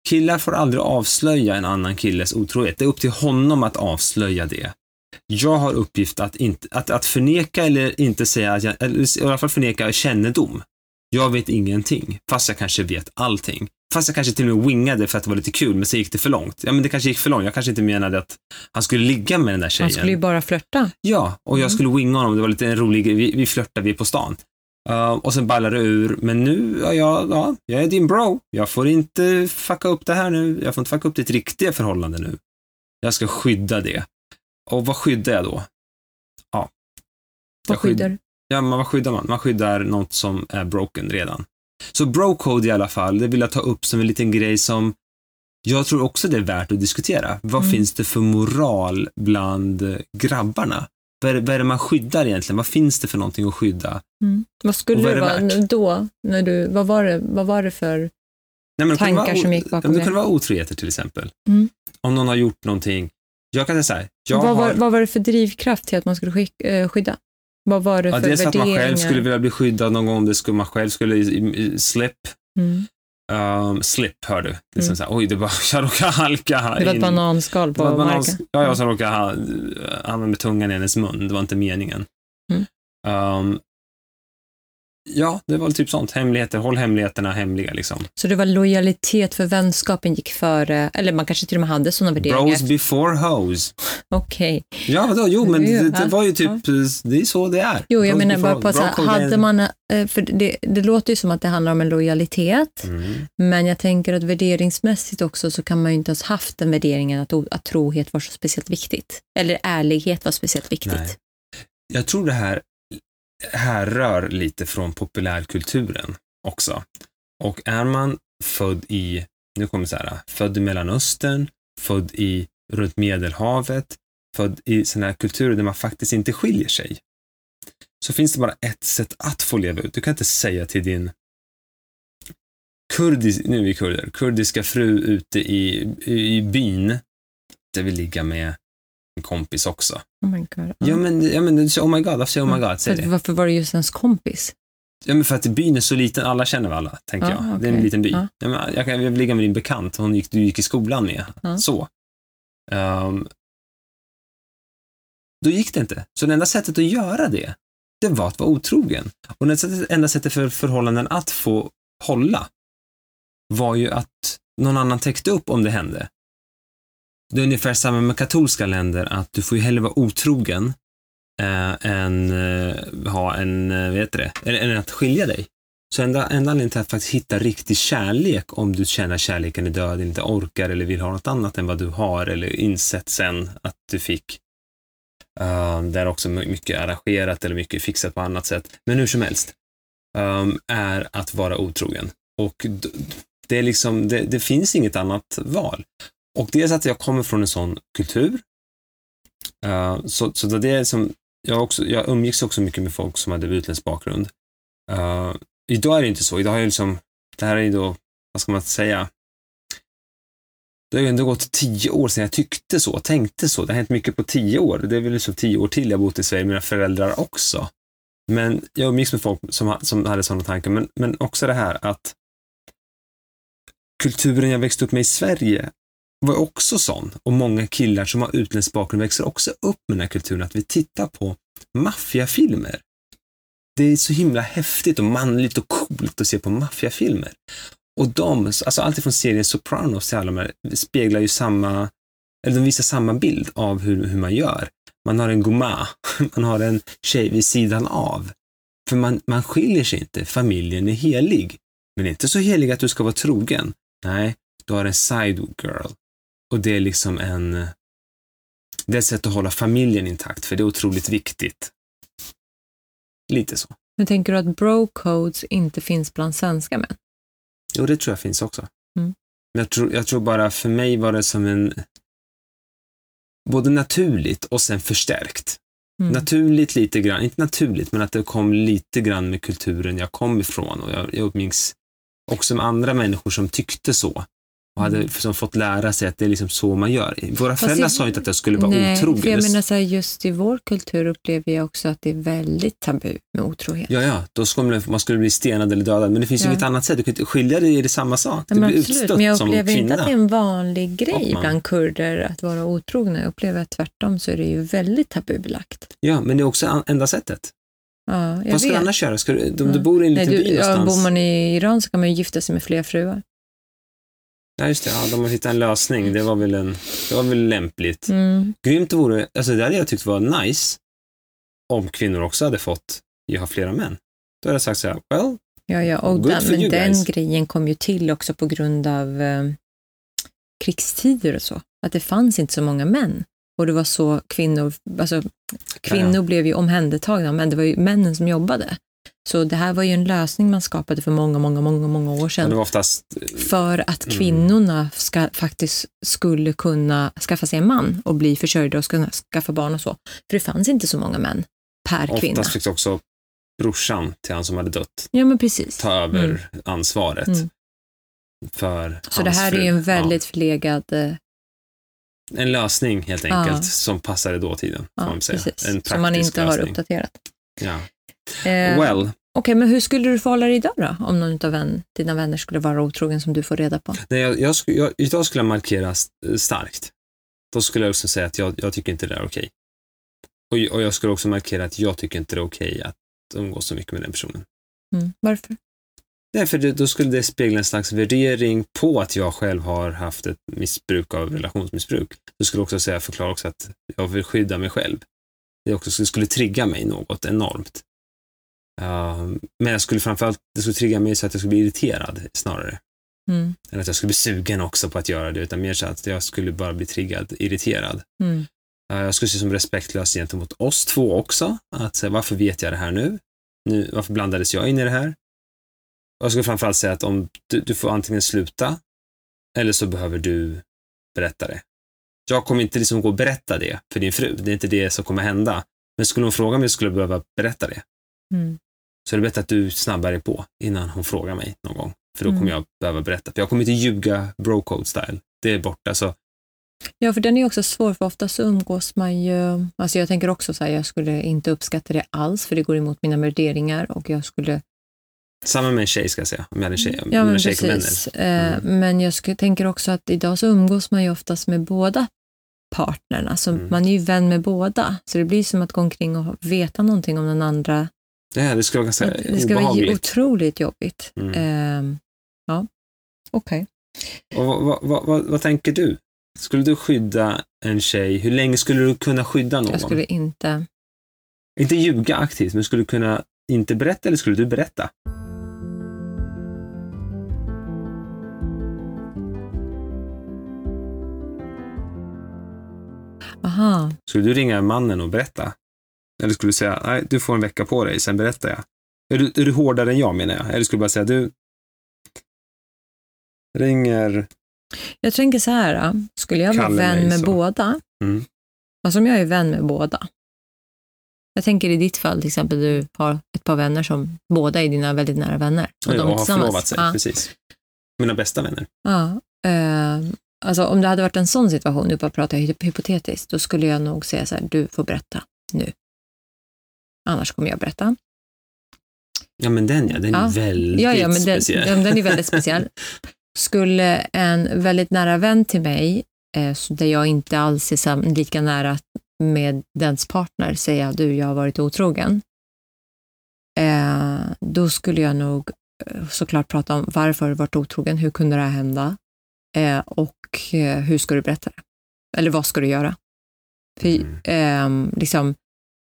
killar får aldrig avslöja en annan killes otrohet. Det är upp till honom att avslöja det. Jag har uppgift att, inte, att, att förneka eller inte säga, att jag, eller i alla fall förneka kännedom. Jag vet ingenting, fast jag kanske vet allting. Fast jag kanske till och med wingade för att det var lite kul, men så gick det för långt. Ja, men det kanske gick för långt. Jag kanske inte menade att han skulle ligga med den där tjejen. Han skulle ju bara flirta. Ja, och jag mm. skulle winga honom. Det var lite en rolig grej. Vi, vi flirtade, vi är på stan. Uh, och sen ballar det ur. Men nu, ja, ja, ja, jag är din bro. Jag får inte fucka upp det här nu. Jag får inte fucka upp ditt riktiga förhållande nu. Jag ska skydda det. Och vad skyddar jag då? Ja. Vad skyddar skydd... Ja, men vad skyddar man? Man skyddar något som är broken redan. Så bro-code i alla fall, det vill jag ta upp som en liten grej som jag tror också det är värt att diskutera. Vad mm. finns det för moral bland grabbarna? Vad är, vad är det man skyddar egentligen? Vad finns det för någonting att skydda? Mm. Vad skulle vad det vara värt? Då? När du, vad, var det, vad var det för Nej, men tankar vara, som gick bakom det? Det kunde vara otroheter till exempel. Mm. Om någon har gjort någonting. Jag kan säga så här. Jag vad, var, har... vad var det för drivkraft till att man skulle sk- äh, skydda? Vad var det ja, för det är så att man själv skulle värderingar? vilja bli skyddad någon gång. Om det skulle, man själv skulle slip. Mm. Um, slip, hör du. Det är Mm. som så här, oj, det var, jag råkade halka här. Det var ett bananskal på banan, marken. Ja, jag som råkade ha, hamna med tungan i hennes mun. Det var inte meningen. Mm. Um, ja, det var typ sånt. Hemligheter, håll hemligheterna hemliga liksom. Så det var lojalitet för vänskapen gick före, eller man kanske till och med hade sådana värderingar. Bros before hoes. Okej. Okay. Ja, vadå? Jo, men det, det var ju typ, ja. Det är så det är. Jo, jag Bros menar bara på så här, hade man, för det, det låter ju som att det handlar om en lojalitet, mm. men jag tänker att värderingsmässigt också så kan man ju inte ha haft den värderingen att, att trohet var så speciellt viktigt. Eller ärlighet var speciellt viktigt. Nej. Jag tror det här härrör lite från populärkulturen också. Och är man född i, nu kommer det så här, född i Mellanöstern, född i runt Medelhavet, född i sådana här kulturer där man faktiskt inte skiljer sig, så finns det bara ett sätt att få leva ut. Du kan inte säga till din kurdis, nu är vi kurder, kurdiska fru ute i, i byn, där vi ligga med en kompis också. Oh my God. Ja, men, ja, men oh my God, varför säger oh my God? Säg det. Varför var det just ens kompis? Ja, men för att byn är så liten, alla känner väl alla, tänker ah, jag. Okay. Det är en liten by. Ah. Ja, men jag kan jag ligga med din bekant, hon gick, du gick i skolan med. Ah. Så. Um, då gick det inte. Så det enda sättet att göra det, det var att vara otrogen. Och det enda sättet för förhållanden att få hålla var ju att någon annan täckte upp om det hände. Det är ungefär samma med katolska länder, att du får ju hellre vara otrogen äh, än äh, ha en, äh, vet det, eller, än att skilja dig. Så enda, enda anledningen till att faktiskt hitta riktig kärlek, om du känner kärleken är död, inte orkar eller vill ha något annat än vad du har eller insett sen att du fick. Uh, det är också mycket arrangerat eller mycket fixat på annat sätt. Men hur som helst um, är att vara otrogen. Och d- det är liksom, det, det finns inget annat val. Och det är så att jag kommer från en sån kultur. Uh, så, så det är som, jag, också, jag umgicks också mycket med folk som hade utländsk bakgrund. Uh, idag är det inte så. Idag är det liksom, det här är ju då, vad ska man säga? Det har ju ändå gått tio år sedan jag tyckte så, tänkte så. Det har hänt mycket på tio år. Det är väl liksom tio år till jag bott i Sverige, mina föräldrar också. Men jag umgicks med folk som, som hade sådana tankar. Men, men också det här att kulturen jag växte upp med i Sverige var också sån. Och många killar som har utländsk bakgrund växer också upp med den här kulturen. Att vi tittar på maffiafilmer. Det är så himla häftigt och manligt och coolt att se på maffiafilmer. Och de, alltså allt från serien Sopranos till alla de här, speglar ju samma, eller de visar samma bild av hur, hur man gör. Man har en gumma, man har en tjej vid sidan av. För man, man skiljer sig inte, familjen är helig. Men inte så helig att du ska vara trogen. Nej, du har en side girl. Och det är liksom en, det är ett sätt att hålla familjen intakt, för det är otroligt viktigt. Lite så. Men tänker du att bro-codes inte finns bland svenska män? Jo, det tror jag finns också. Mm. Jag tror, jag tror bara för mig var det som en både naturligt och sen förstärkt. Mm. Naturligt lite grann, inte naturligt, men att det kom lite grann med kulturen jag kom ifrån. Och jag, jag minns också med andra människor som tyckte så. och hade mm. som fått lära sig att det är liksom så man gör. Våra Fast föräldrar jag, sa inte att jag skulle vara nej, otrogen. För jag menar så här, just i vår kultur upplever jag också att det är väldigt tabu med otrohet. Ja, ja. Då skulle man skulle bli stenad eller dödad. Men det finns ja. ju ett annat sätt. Du kan inte skilja det i det samma sak. Ja, du blir absolut. utstött men jag upplever som inte kvinna. att det är en vanlig grej bland kurder att vara otrogna. Jag upplever att tvärtom så är det ju väldigt tabubelagt. Ja, men det är också enda sättet. Ja, jag Vad ska vet. du annars göra? Ska du, om ja. du bor i en liten Nej, du, by någonstans? Ja, bor man i Iran så kan man ju gifta sig med fler fruar. Ja, just det. Ja, de har hittat en lösning. Det var väl, en, det var väl lämpligt. Mm. Grymt vore, alltså det hade jag tyckt var nice om kvinnor också hade fått ju ha flera män. Då hade jag sagt så här, well, ja, ja, och den, men den grejen kom ju till också på grund av eh, krigstider och så. Att det fanns inte så många män. Och det var så kvinnor, alltså kvinnor ja. blev ju omhändertagna, men det var ju männen som jobbade. Så det här var ju en lösning man skapade för många, många, många, många år sedan. Det var oftast, för att kvinnorna ska, faktiskt skulle kunna skaffa sig en man och bli försörjda och kunna skaffa barn och så. För det fanns inte så många män per oftast kvinna. Oftast fick också brorsan till han som hade dött ja, men precis. ta över mm. ansvaret. Mm. För så det här fru. är ju en väldigt ja. förlegad... En lösning helt enkelt ja. som passade dåtiden. Ja, man säga. Precis. En som man inte lösning. har uppdaterat. Ja. Eh, well. Okej, okay, men hur skulle du förhålla dig idag då? Om någon av vän, dina vänner skulle vara otrogen som du får reda på? Nej, jag, jag, jag, idag skulle jag markera starkt. Då skulle jag också säga att jag, jag tycker inte det är okej. Och, och jag skulle också markera att jag tycker inte det är okej att umgås så mycket med den personen. Mm. Varför? Därför det, då skulle det spegla en slags värdering på att jag själv har haft ett missbruk av relationsmissbruk. Då skulle jag också säga, förklara också att jag vill skydda mig själv. Det också skulle, skulle trigga mig något enormt. Uh, men jag skulle framförallt, det skulle trigga mig så att jag skulle bli irriterad snarare. Mm. Än att jag skulle bli sugen också på att göra det, utan mer så att jag skulle bara bli triggad, irriterad. Mm. Uh, jag skulle se som respektlös gentemot oss två också. Att säga, varför vet jag det här nu? nu? Varför blandades jag in i det här? Och jag skulle framförallt säga att om du, du får antingen sluta eller så behöver du berätta det. Jag kommer inte liksom gå och berätta det för din fru. Det är inte det som kommer hända. Men skulle hon fråga mig skulle jag behöva berätta det. Mm. Så är det bättre att du snabbar dig på innan hon frågar mig någon gång. För då kommer mm. jag behöva berätta. För jag kommer inte ljuga bro-code-style. Det är borta. Så. Ja, för den är också svår. För ofta så umgås man ju... Alltså jag tänker också så här, jag skulle inte uppskatta det alls. För det går emot mina värderingar. Och jag skulle... Samma med en tjej ska jag säga. Om jag hade en tjej. Ja, men precis. Mm. Men jag skulle, tänker också att idag så umgås man ju oftast med båda partnerna. Så mm. man är ju vän med båda. Så det blir som att gå omkring och veta någonting om den andra. Ja, det ska vara ganska obehagligt. Det ska vara otroligt jobbigt. Mm. Uh, ja, okej. Okay. Och vad, vad, vad, vad tänker du? Skulle du skydda en tjej? Hur länge skulle du kunna skydda någon? Jag skulle inte... Inte ljuga aktivt, men skulle du kunna inte berätta eller skulle du berätta? Aha. Skulle du ringa mannen och berätta? Eller skulle du säga, nej, du får en vecka på dig, sen berättar jag. Är du, är du hårdare än jag menar jag? Eller skulle du bara säga, du ringer... Jag tänker så här, skulle jag vara vän med så. båda? Mm. Alltså om jag är vän med båda. Jag tänker i ditt fall till exempel, du har ett par vänner som båda är dina väldigt nära vänner. Och ja, de har förlovat sig, ja. Precis. Mina bästa vänner. Ja, eh, alltså om det hade varit en sån situation, nu bara pratar jag hypotetiskt, då skulle jag nog säga så här, du får berätta nu. Annars kommer jag berätta. Ja, men den ja, den är ja. väldigt ja, ja, men speciell. Den, den är väldigt speciell. Skulle en väldigt nära vän till mig, eh, så där jag inte alls är sam- lika nära med dens partner, säga du, jag har varit otrogen. Eh, då skulle jag nog eh, såklart prata om varför du varit otrogen, hur kunde det här hända? Eh, och eh, hur ska du berätta det? Eller vad ska du göra? För, mm. eh, liksom,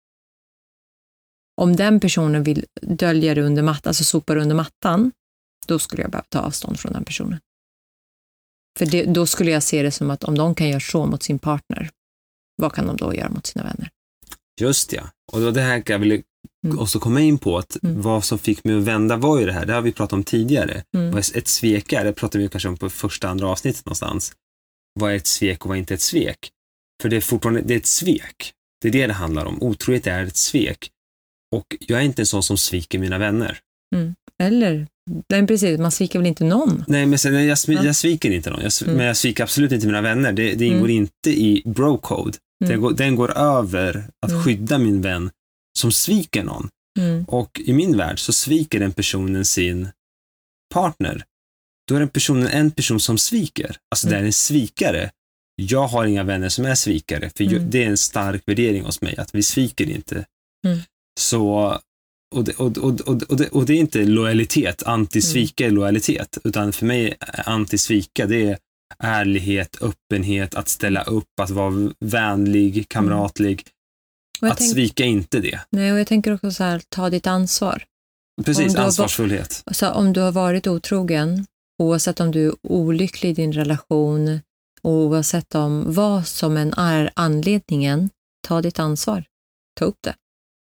om den personen vill dölja det under mattan, alltså sopar under mattan, då skulle jag behöva ta avstånd från den personen. För det, då skulle jag se det som att om de kan göra så mot sin partner, vad kan de då göra mot sina vänner? Just ja. Och då det här jag ville mm. också komma in på att mm. vad som fick mig att vända var ju det här. Det har vi pratat om tidigare. Mm. Vad är ett svek är? Det pratade vi kanske om på första andra avsnittet någonstans. Vad är ett svek och vad är inte ett svek? För det är fortfarande det är ett svek. Det är det det handlar om. Otrohet är ett svek. Och jag är inte en sån som sviker mina vänner. Mm. Eller Nej, precis. Man sviker väl inte någon? Nej, men sen, jag, jag, jag sviker inte någon. Jag, mm. Men jag sviker absolut inte mina vänner. Det, det ingår mm. inte i bro-code. Mm. Den, går, den går över att mm. skydda min vän som sviker någon. Mm. Och i min värld så sviker den personen sin partner. Då är den personen en person som sviker. Alltså mm. det är en svikare. Jag har inga vänner som är svikare. För mm. det är en stark värdering hos mig. Att vi sviker inte. Mm. Så... Och det, och, och, och, och, det, och det är inte lojalitet, anti-svika är lojalitet, utan för mig anti-svika det är ärlighet, öppenhet, att ställa upp, att vara vänlig, kamratlig, mm. att tänk, svika inte det. Nej, och jag tänker också så här, ta ditt ansvar. Precis, ansvarsfullhet. Var, så om du har varit otrogen, oavsett om du är olycklig i din relation, oavsett om vad som än är anledningen, ta ditt ansvar, ta upp det.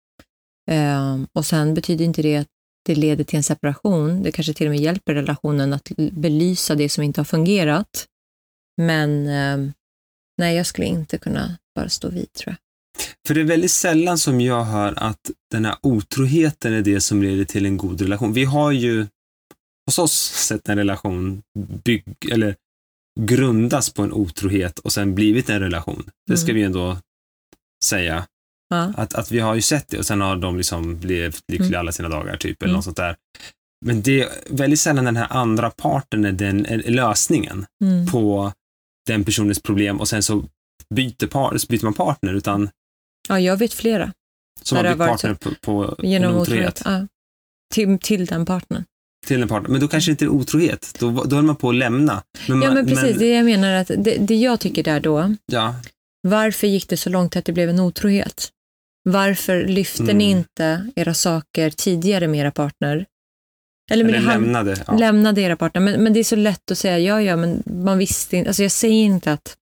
Um, och sen betyder inte det att det leder till en separation. Det kanske till och med hjälper relationen att belysa det som inte har fungerat. Men um, nej, jag skulle inte kunna bara stå vid, tror jag. För det är väldigt sällan som jag hör att den här otroheten är det som leder till en god relation. Vi har ju hos oss sett en relation bygg, eller grundas på en otrohet och sen blivit en relation. Det ska mm. vi ändå säga. Ja. Att, att vi har ju sett det och sen har de liksom blivit lyckliga mm. alla sina dagar typ eller mm. något sånt där. Men det är väldigt sällan den här andra parten är, den, är lösningen mm. på den personens problem och sen så byter, par, byter man partner utan... Ja, jag vet flera. Som har bytt partner på, på genom en otrohet. Ja. Till, till den partnern. Till den partnern. Men då kanske inte är otrohet. Då, då är man på att lämna. Men man, ja, men precis. Men... Det jag menar att det, det jag tycker där då. Ja. Varför gick det så långt att det blev en otrohet? Varför lyfte mm. ni inte era saker tidigare med era partner? Eller, Eller lämnade. Ja. Lämnade era partner. Men, men det är så lätt att säga, ja, ja, men man visste inte. Alltså jag säger inte att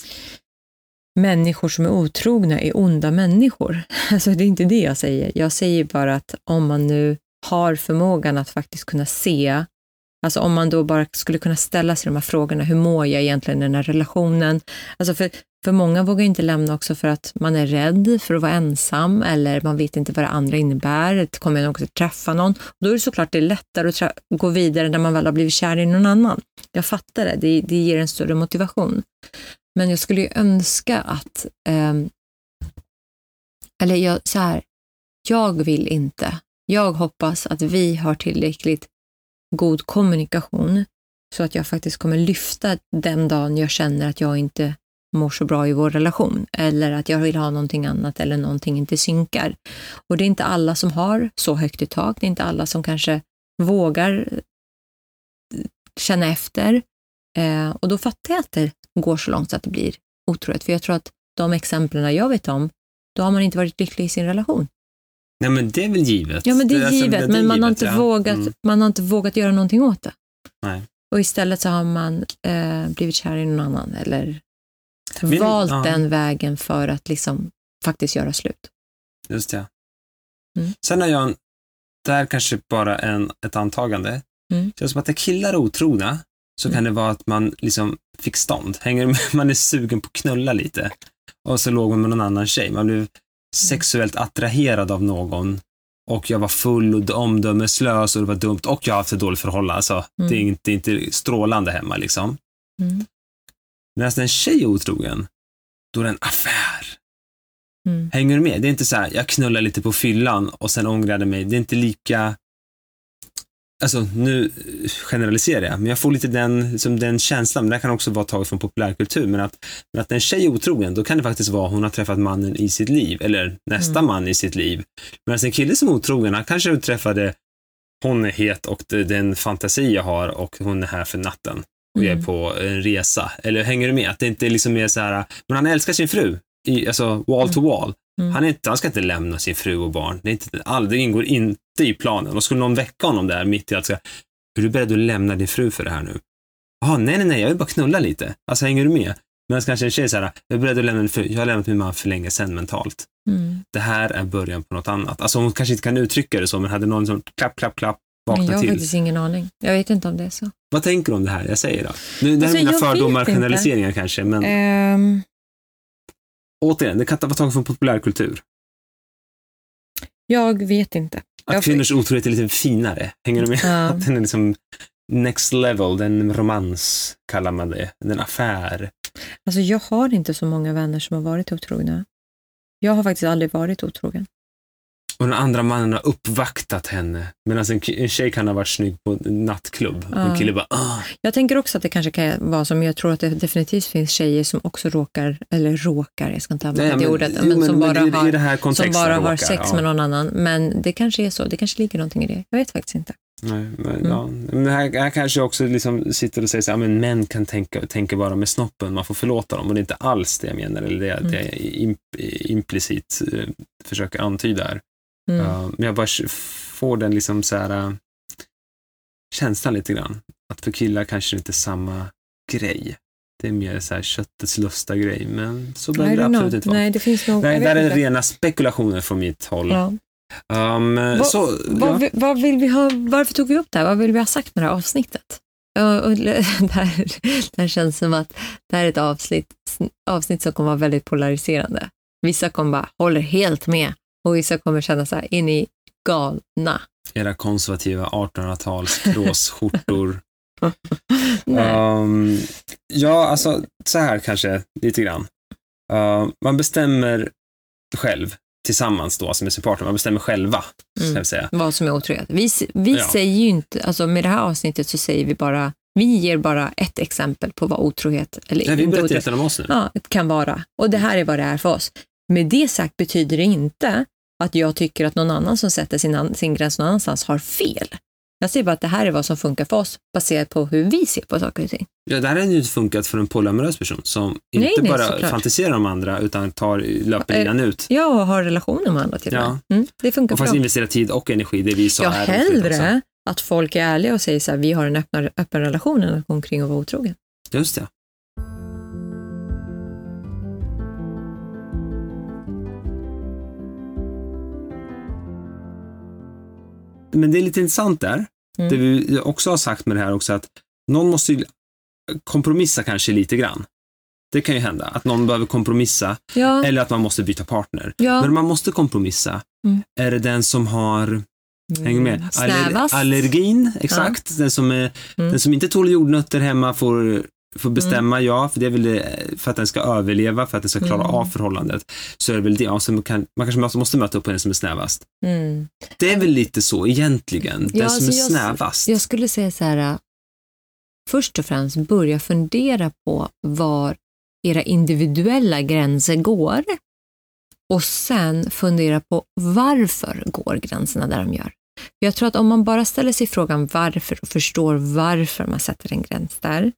människor som är otrogna är onda människor. Alltså det är inte det jag säger. Jag säger bara att om man nu har förmågan att faktiskt kunna se, alltså om man då bara skulle kunna ställa sig de här frågorna, hur mår jag egentligen i den här relationen? Alltså för, för många vågar inte lämna också för att man är rädd för att vara ensam eller man vet inte vad det andra innebär. Kommer jag också träffa någon? Och då är det såklart det är lättare att tra- gå vidare när man väl har blivit kär i någon annan. Jag fattar det. Det, det ger en större motivation. Men jag skulle ju önska att eh, eller jag, så här, jag vill inte. Jag hoppas att vi har tillräckligt god kommunikation så att jag faktiskt kommer lyfta den dagen jag känner att jag inte mår så bra i vår relation eller att jag vill ha någonting annat eller någonting inte synkar. Och det är inte alla som har så högt i tak. Det är inte alla som kanske vågar känna efter. Eh, och då fattar jag att det går så långt så att det blir otroligt. För jag tror att de exemplen jag vet om, då har man inte varit lycklig i sin relation. Nej, men det är väl givet. Ja, men det är det, givet, alltså, det är men man, givet, har inte ja. vågat, mm. man har inte vågat göra någonting åt det. Nej. Och istället så har man eh, blivit kär i någon annan eller Min, valt ja. den vägen för att liksom faktiskt göra slut. Just det. Mm. Sen har jag en, det här kanske bara en, ett antagande. Mm. Så som att när killar är otrogna så mm. kan det vara att man liksom fick stånd. Hänger med, man är sugen på att knulla lite. Och så låg man med någon annan tjej. Man blev sexuellt attraherad av någon. Och jag var full och omdömeslös och det var dumt. Och jag har haft ett dåligt förhållande. Alltså, mm. det, är inte, det är inte strålande hemma liksom. Mm. Medan en tjej är otrogen, då är det en affär. Mm. Hänger du med? Det är inte så här, jag knullar lite på fyllan och sen ångrade mig. Det är inte lika... Alltså, nu generaliserar jag, men jag får lite den, som den känslan, men det kan också vara taget från populärkultur, men att, men att en tjej är otrogen, då kan det faktiskt vara hon har träffat mannen i sitt liv, eller nästa mm. man i sitt liv. Men en kille som är otrogen, han kanske träffade, hon är het och det, den fantasi jag har och hon är här för natten och mm. jag är på en resa. Eller hänger du med? Att det inte liksom är så här, men han älskar sin fru, i, alltså wall to wall. Mm. Han, är inte, han ska inte lämna sin fru och barn. Det, är inte, aldrig ingår inte i planen. Och skulle någon väcka honom där mitt i att säga, är du beredd att lämna din fru för det här nu? Jaha, nej, nej, nej, jag vill bara knulla lite. Alltså, hänger du med? Men kanske en tjej säger, jag är beredd att lämna din fru. Jag har lämnat min man för länge sedan mentalt. Mm. Det här är början på något annat. Alltså hon kanske inte kan uttrycka det så, men hade någon som klapp, klapp, klapp vakna till. Jag har faktiskt ingen aning. Jag vet inte om det är så. Vad tänker du om det här? Jag säger då. Nu, det här alltså, är mina fördomar, generaliseringar kanske, men... Um... Återigen, det kan inte vara taget från populärkultur. Jag vet inte. Att kvinnors otrohet är lite finare. Hänger du med? Ja. Att den är liksom next level, den romans kallar man det. Den affär. Alltså jag har inte så många vänner som har varit otrogna. Jag har faktiskt aldrig varit otrogen. Och den andra mannen har uppvaktat henne. Medan en, en tjej kan ha varit snygg på en nattklubb. Och en kille bara, ah. Jag tänker också att det kanske kan vara som, jag tror att det definitivt finns tjejer som också råkar, eller råkar, jag ska inte använda det ordet, men, men som men bara, i, har, i det här som bara råkar, har sex ja. med någon annan. Men det kanske är så, det kanske ligger någonting i det. Jag vet faktiskt inte. Nej, men, Mm. ja. men här, här kanske också liksom sitter och säger så här, men män kan tänka, tänka bara med snoppen, man får förlåta dem, och det är inte alls det jag menar, eller det, mm. det jag imp, implicit uh, försöker antyda här. Mm. Uh, men jag bara får den liksom så här uh, känslan lite grann, att för killar kanske inte är samma grej. Det är mer så här köttets lusta grej, men så behöver det absolut inte vara. Nej, det finns nog, Nej, där är rena spekulationer från mitt håll. Ja. Um, Va, så, vad, ja. vad vill vi ha, varför tog vi upp det här? Vad vill vi ha sagt med det här avsnittet? Och, och, det, här, det här känns som att det här är ett avsnitt, avsnitt som kommer vara väldigt polariserande. Vissa kommer bara håller helt med, och vissa kommer känna så här, är ni galna? Era konservativa artonhundratals kråsskjortor. um, ja, alltså så här kanske lite grann. Uh, man bestämmer själv tillsammans då, alltså med sin partner, man bestämmer själva, mm. ska jag säga. Vad som är otrohet. Vi, vi ja. säger ju inte, alltså med det här avsnittet så säger vi bara, vi ger bara ett exempel på vad otrohet, eller Nej, vi inte berättar otrohet, om oss nu. Ja, kan vara. Och det här är vad det är för oss. Med det sagt betyder det inte att jag tycker att någon annan som sätter sin, sin gräns någon annanstans har fel. Jag säger bara att det här är vad som funkar för oss baserat på hur vi ser på saker och ting. Ja, det här har ju inte funkat för en polyamorös person som inte nej, nej, bara såklart. fantiserar om andra utan tar löpningen ut. Ja, och har relationer med andra till och med. Ja. Mm, det funkar och fast bra. investera tid och energi, det vi sa ja, är hellre att folk är ärliga och säger så här, vi har en öppen, öppen relation än att gå omkring och vara otrogen. Just det. Men det är lite intressant där. Mm. Det vi också har sagt med det här också, att någon måste ju kompromissa kanske lite grann. Det kan ju hända att någon behöver kompromissa ja. eller att man måste byta partner. Ja. Men man måste kompromissa. Mm. Är det den som har mm. hänger med Aller, allergin, exakt. Ja. Den som är, mm. den som inte tål jordnötter hemma får får bestämma, mm. ja, för det är väl det, för att den ska överleva, för att den ska klara mm. av förhållandet. Så är det väl det, alltså man, kan, man kanske måste möta upp en som är snävast. Mm. Det är väl lite så egentligen, den ja, som är jag, snävast. Jag skulle säga så här, först och främst börja fundera på var era individuella gränser går, och sen fundera på varför går gränserna där de gör. Jag tror att om man bara ställer sig frågan varför och förstår varför man sätter en gräns där,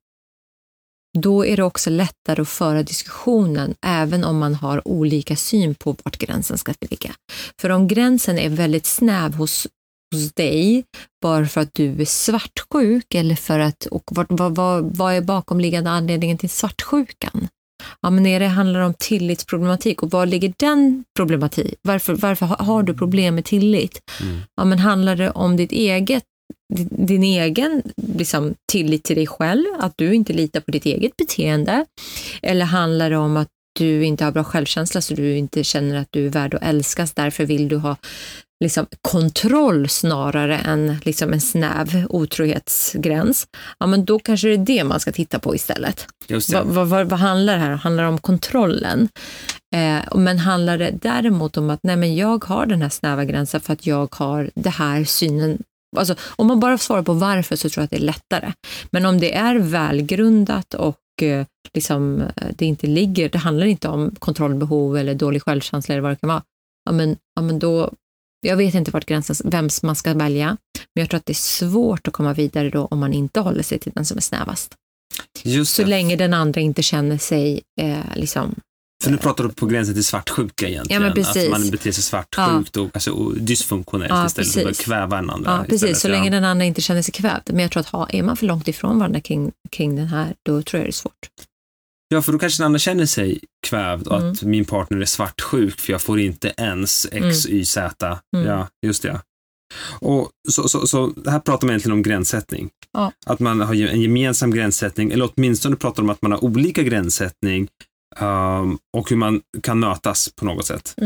då är det också lättare att föra diskussionen även om man har olika syn på vart gränsen ska ligga. För om gränsen är väldigt snäv hos, hos dig bara för att du är svartsjuk, eller för att, och vad, vad, vad, vad är bakomliggande anledningen till svartsjukan? Ja, men när det handlar om tillitsproblematik, och var ligger den problematik? Varför, varför har du problem med tillit? Mm. Ja, men handlar det om ditt eget din egen liksom, tillit till dig själv, att du inte litar på ditt eget beteende, eller handlar det om att du inte har bra självkänsla så du inte känner att du är värd att älskas, därför vill du ha liksom, kontroll snarare än liksom, en snäv otrohetsgräns, ja, men då kanske det är det man ska titta på istället. Just det. Vad, vad, vad handlar det här? Handlar det om kontrollen? Eh, men handlar det däremot om att nej, men jag har den här snäva gränsen för att jag har det här synen. Alltså, om man bara svarar på varför så tror jag att det är lättare. Men om det är välgrundat och eh, liksom, det inte ligger, det handlar inte om kontrollbehov eller dålig självkänsla eller vad det kan vara. Ja, men, ja, men då, jag vet inte vart gränsen, vem man ska välja. Men jag tror att det är svårt att komma vidare då om man inte håller sig till den som är snävast. Just så länge den andra inte känner sig eh, liksom... För nu pratar du på gränsen till svartsjuka egentligen. Ja, att man beter sig svartsjukt ja. och, alltså, och dysfunktionellt ja, istället för att kväva en andra. Ja, precis. Istället. Så länge den andra inte känner sig kvävd. Men jag tror att ha, är man för långt ifrån varandra kring, kring den här, då tror jag det är svårt. Ja, för då kanske den andra känner sig kvävd och mm. att min partner är svartsjuk för jag får inte ens X, Y, Z. Mm. Ja, just det. Och så, så, så här pratar man egentligen om gränssättning. Ja. Att man har en gemensam gränssättning, eller åtminstone pratar om att man har olika gränssättning. Um, och hur man kan mötas på något sätt. Mm.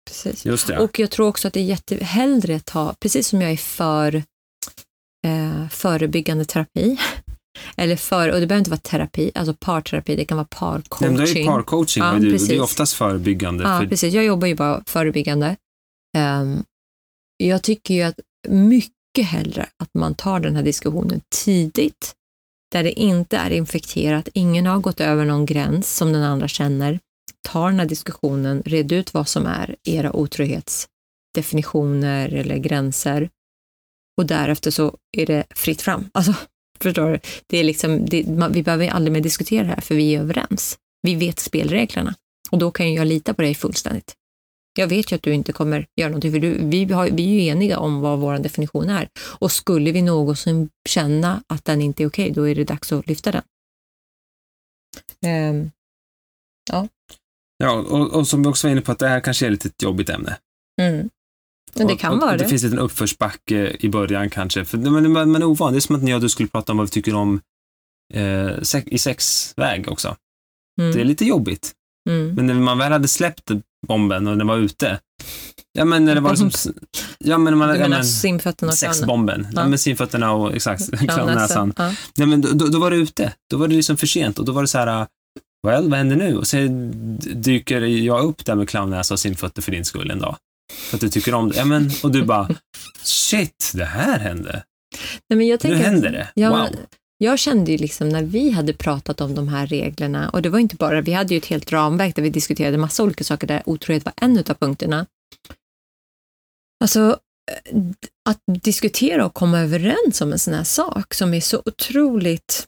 Precis. Just det. Och jag tror också att det är jätte hellre att ha, precis som jag är för eh, förebyggande terapi, eller för, och det behöver inte vara terapi, alltså parterapi, det kan vara parcoaching. Nej, det är ju parcoaching, ja, du, det är oftast förebyggande. Ja, för... precis. Jag jobbar ju bara förebyggande. Um, jag tycker ju att mycket hellre att man tar den här diskussionen tidigt, där det inte är infekterat, ingen har gått över någon gräns som den andra känner. Ta den här diskussionen, red ut vad som är era otrohetsdefinitioner eller gränser, och därefter så är det fritt fram. Alltså, förstår du? Det är liksom, det, man, vi behöver aldrig mer diskutera det här, för vi är överens. Vi vet spelreglerna, och då kan jag lita på dig fullständigt. Jag vet ju att du inte kommer göra någonting, för du, vi, har, vi är ju eniga om vad vår definition är. Och skulle vi någonsin känna att den inte är okej, då är det dags att lyfta den. Um, ja. Ja, och, och som vi också var inne på, att det här kanske är lite ett jobbigt ämne. Mm. Men det kan och, vara och det. Det finns en uppförsbacke i början kanske. För man, man är ovan. Det är som att ni och du skulle prata om vad vi tycker om eh, sex, i sexväg också. Mm. Det är lite jobbigt. Mm. Men när man väl hade släppt bomben och den var ute. Ja, men när det var liksom, ja, men man, du menar ja, men, simfötterna och sexbomben. Ja. Ja, men simfötterna och exakt, clownnäsan. Ja. Ja, men då, då var det ute. Då var det liksom för sent. Och då var det så här, well, vad händer nu? Och sen dyker jag upp där med clownnäsa och simfötter för din skull en dag. För att du tycker om det. Ja, men, och du bara, shit, det här hände. Nej, men jag tänker, nu händer det. Ja, wow. Jag kände ju liksom när vi hade pratat om de här reglerna, och det var inte bara, vi hade ju ett helt ramverk där vi diskuterade massa olika saker, där otrohet var en av punkterna. Alltså, att diskutera och komma överens om en sån här sak som är så otroligt,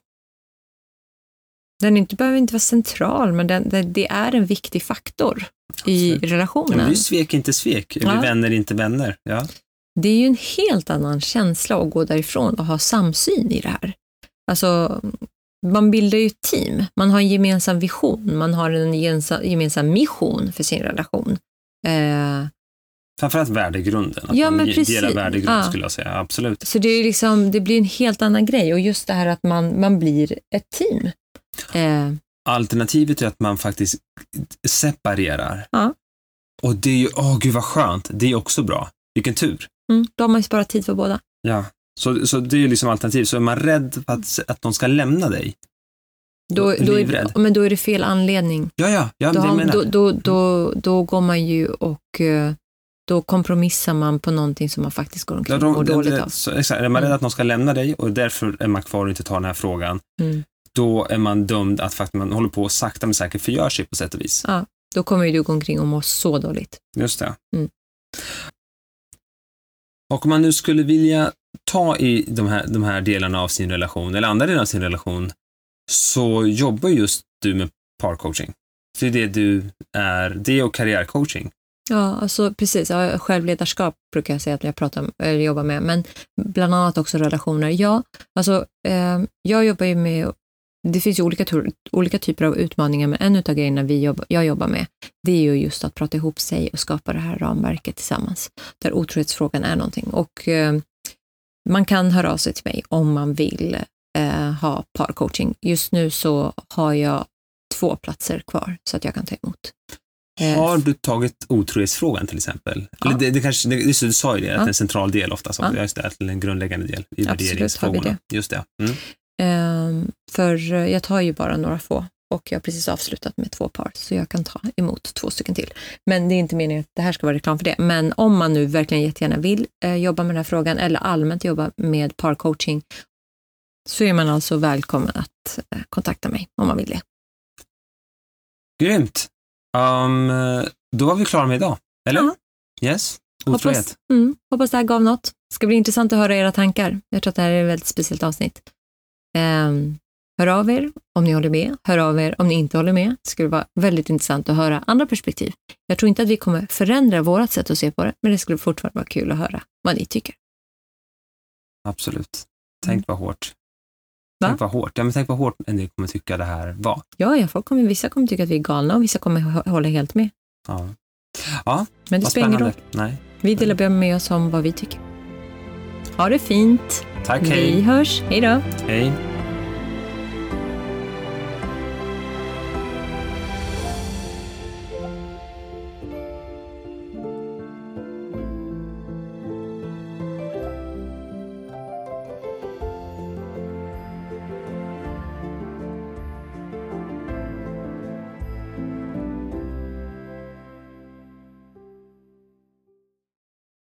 den inte, behöver inte vara central, men den, den, det är en viktig faktor. Absolut. I relationen. Ja, det är svek inte svek, eller ja. Vänner inte vänner. Ja. Det är ju en helt annan känsla att gå därifrån och ha samsyn i det här. Alltså, man bildar ju ett team. Man har en gemensam vision. Man har en gemensam mission för sin relation. Eh, Framförallt värdegrunden. Att ja, man men delar värdegrund, ja. skulle jag säga. Absolut. Så det, är liksom, det blir en helt annan grej. Och just det här att man, man blir ett team. Eh, Alternativet är att man faktiskt separerar. Ja. Och det är ju, åh gud vad skönt. Det är också bra. Vilken tur. Mm, då har man ju sparat tid för båda. Ja, så, så det är ju liksom alternativ. Så är man rädd att, att de ska lämna dig. Då, då är, men då är det fel anledning. Ja, ja, ja då, det har, menar. Då, då, då, då går man ju och då kompromissar man på någonting som man faktiskt går omkring och dåligt av. Så, exakt, är man rädd att de ska lämna dig och därför är man kvar och inte tar den här frågan. Mm. Då är man dömd att faktiskt man håller på och sakta men säkert förgör sig på sätt och vis. Ja, då kommer ju du gå omkring och må så dåligt. Just det. Mm. Och om man nu skulle vilja ta i de här, de här delarna av sin relation eller andra delar av sin relation, så jobbar just du med parcoaching. Så det är det du är, det och karriärcoaching. Ja, alltså precis. Ja, självledarskap brukar jag säga att jag pratar om, eller jobbar med, men bland annat också relationer. Ja, alltså eh, jag jobbar ju med, det finns ju olika, olika typer av utmaningar, men en utav grejerna vi jobba, jag jobbar med, det är ju just att prata ihop sig och skapa det här ramverket tillsammans, där otrohetsfrågan är någonting. Och eh, man kan höra av sig till mig om man vill eh, ha parcoaching. Just nu så har jag två platser kvar så att jag kan ta emot. Har du tagit otrohetsfrågan till exempel? Ja. Eller det, det kanske, det, du sa ju det, att ja. det är en central del ofta, så ja. just det, en grundläggande del i Absolut, värderingsfrågorna. Just det. Mm. Um, för jag tar ju bara några få och jag har precis avslutat med två par, så jag kan ta emot två stycken till. Men det är inte meningen att det här ska vara reklam för det. Men om man nu verkligen jättegärna vill eh, jobba med den här frågan eller allmänt jobba med parcoaching, så är man alltså välkommen att eh, kontakta mig om man vill det. Grymt! Um, då var vi klara med idag, eller? Ja. Yes, otrohet. Hoppas, mm, hoppas det här gav något. Det ska bli intressant att höra era tankar. Jag tror att det här är ett väldigt speciellt avsnitt. Um, hör av er om ni håller med. Hör av er om ni inte håller med. Det skulle vara väldigt intressant att höra andra perspektiv. Jag tror inte att vi kommer förändra vårt sätt att se på det, men det skulle fortfarande vara kul att höra vad ni tycker. Absolut. Tänk mm. vad hårt. Va? Tänk vad hårt. Ja, men tänk vad hårt ni kommer tycka det här var. Ja, ja folk kommer, vissa kommer tycka att vi är galna och vissa kommer hålla helt med. Ja, ja men det spelar ingen roll. Nej. Vi delar bara med oss om vad vi tycker. Ha det fint. Tack, hej. Vi hörs. Hej då. Hej.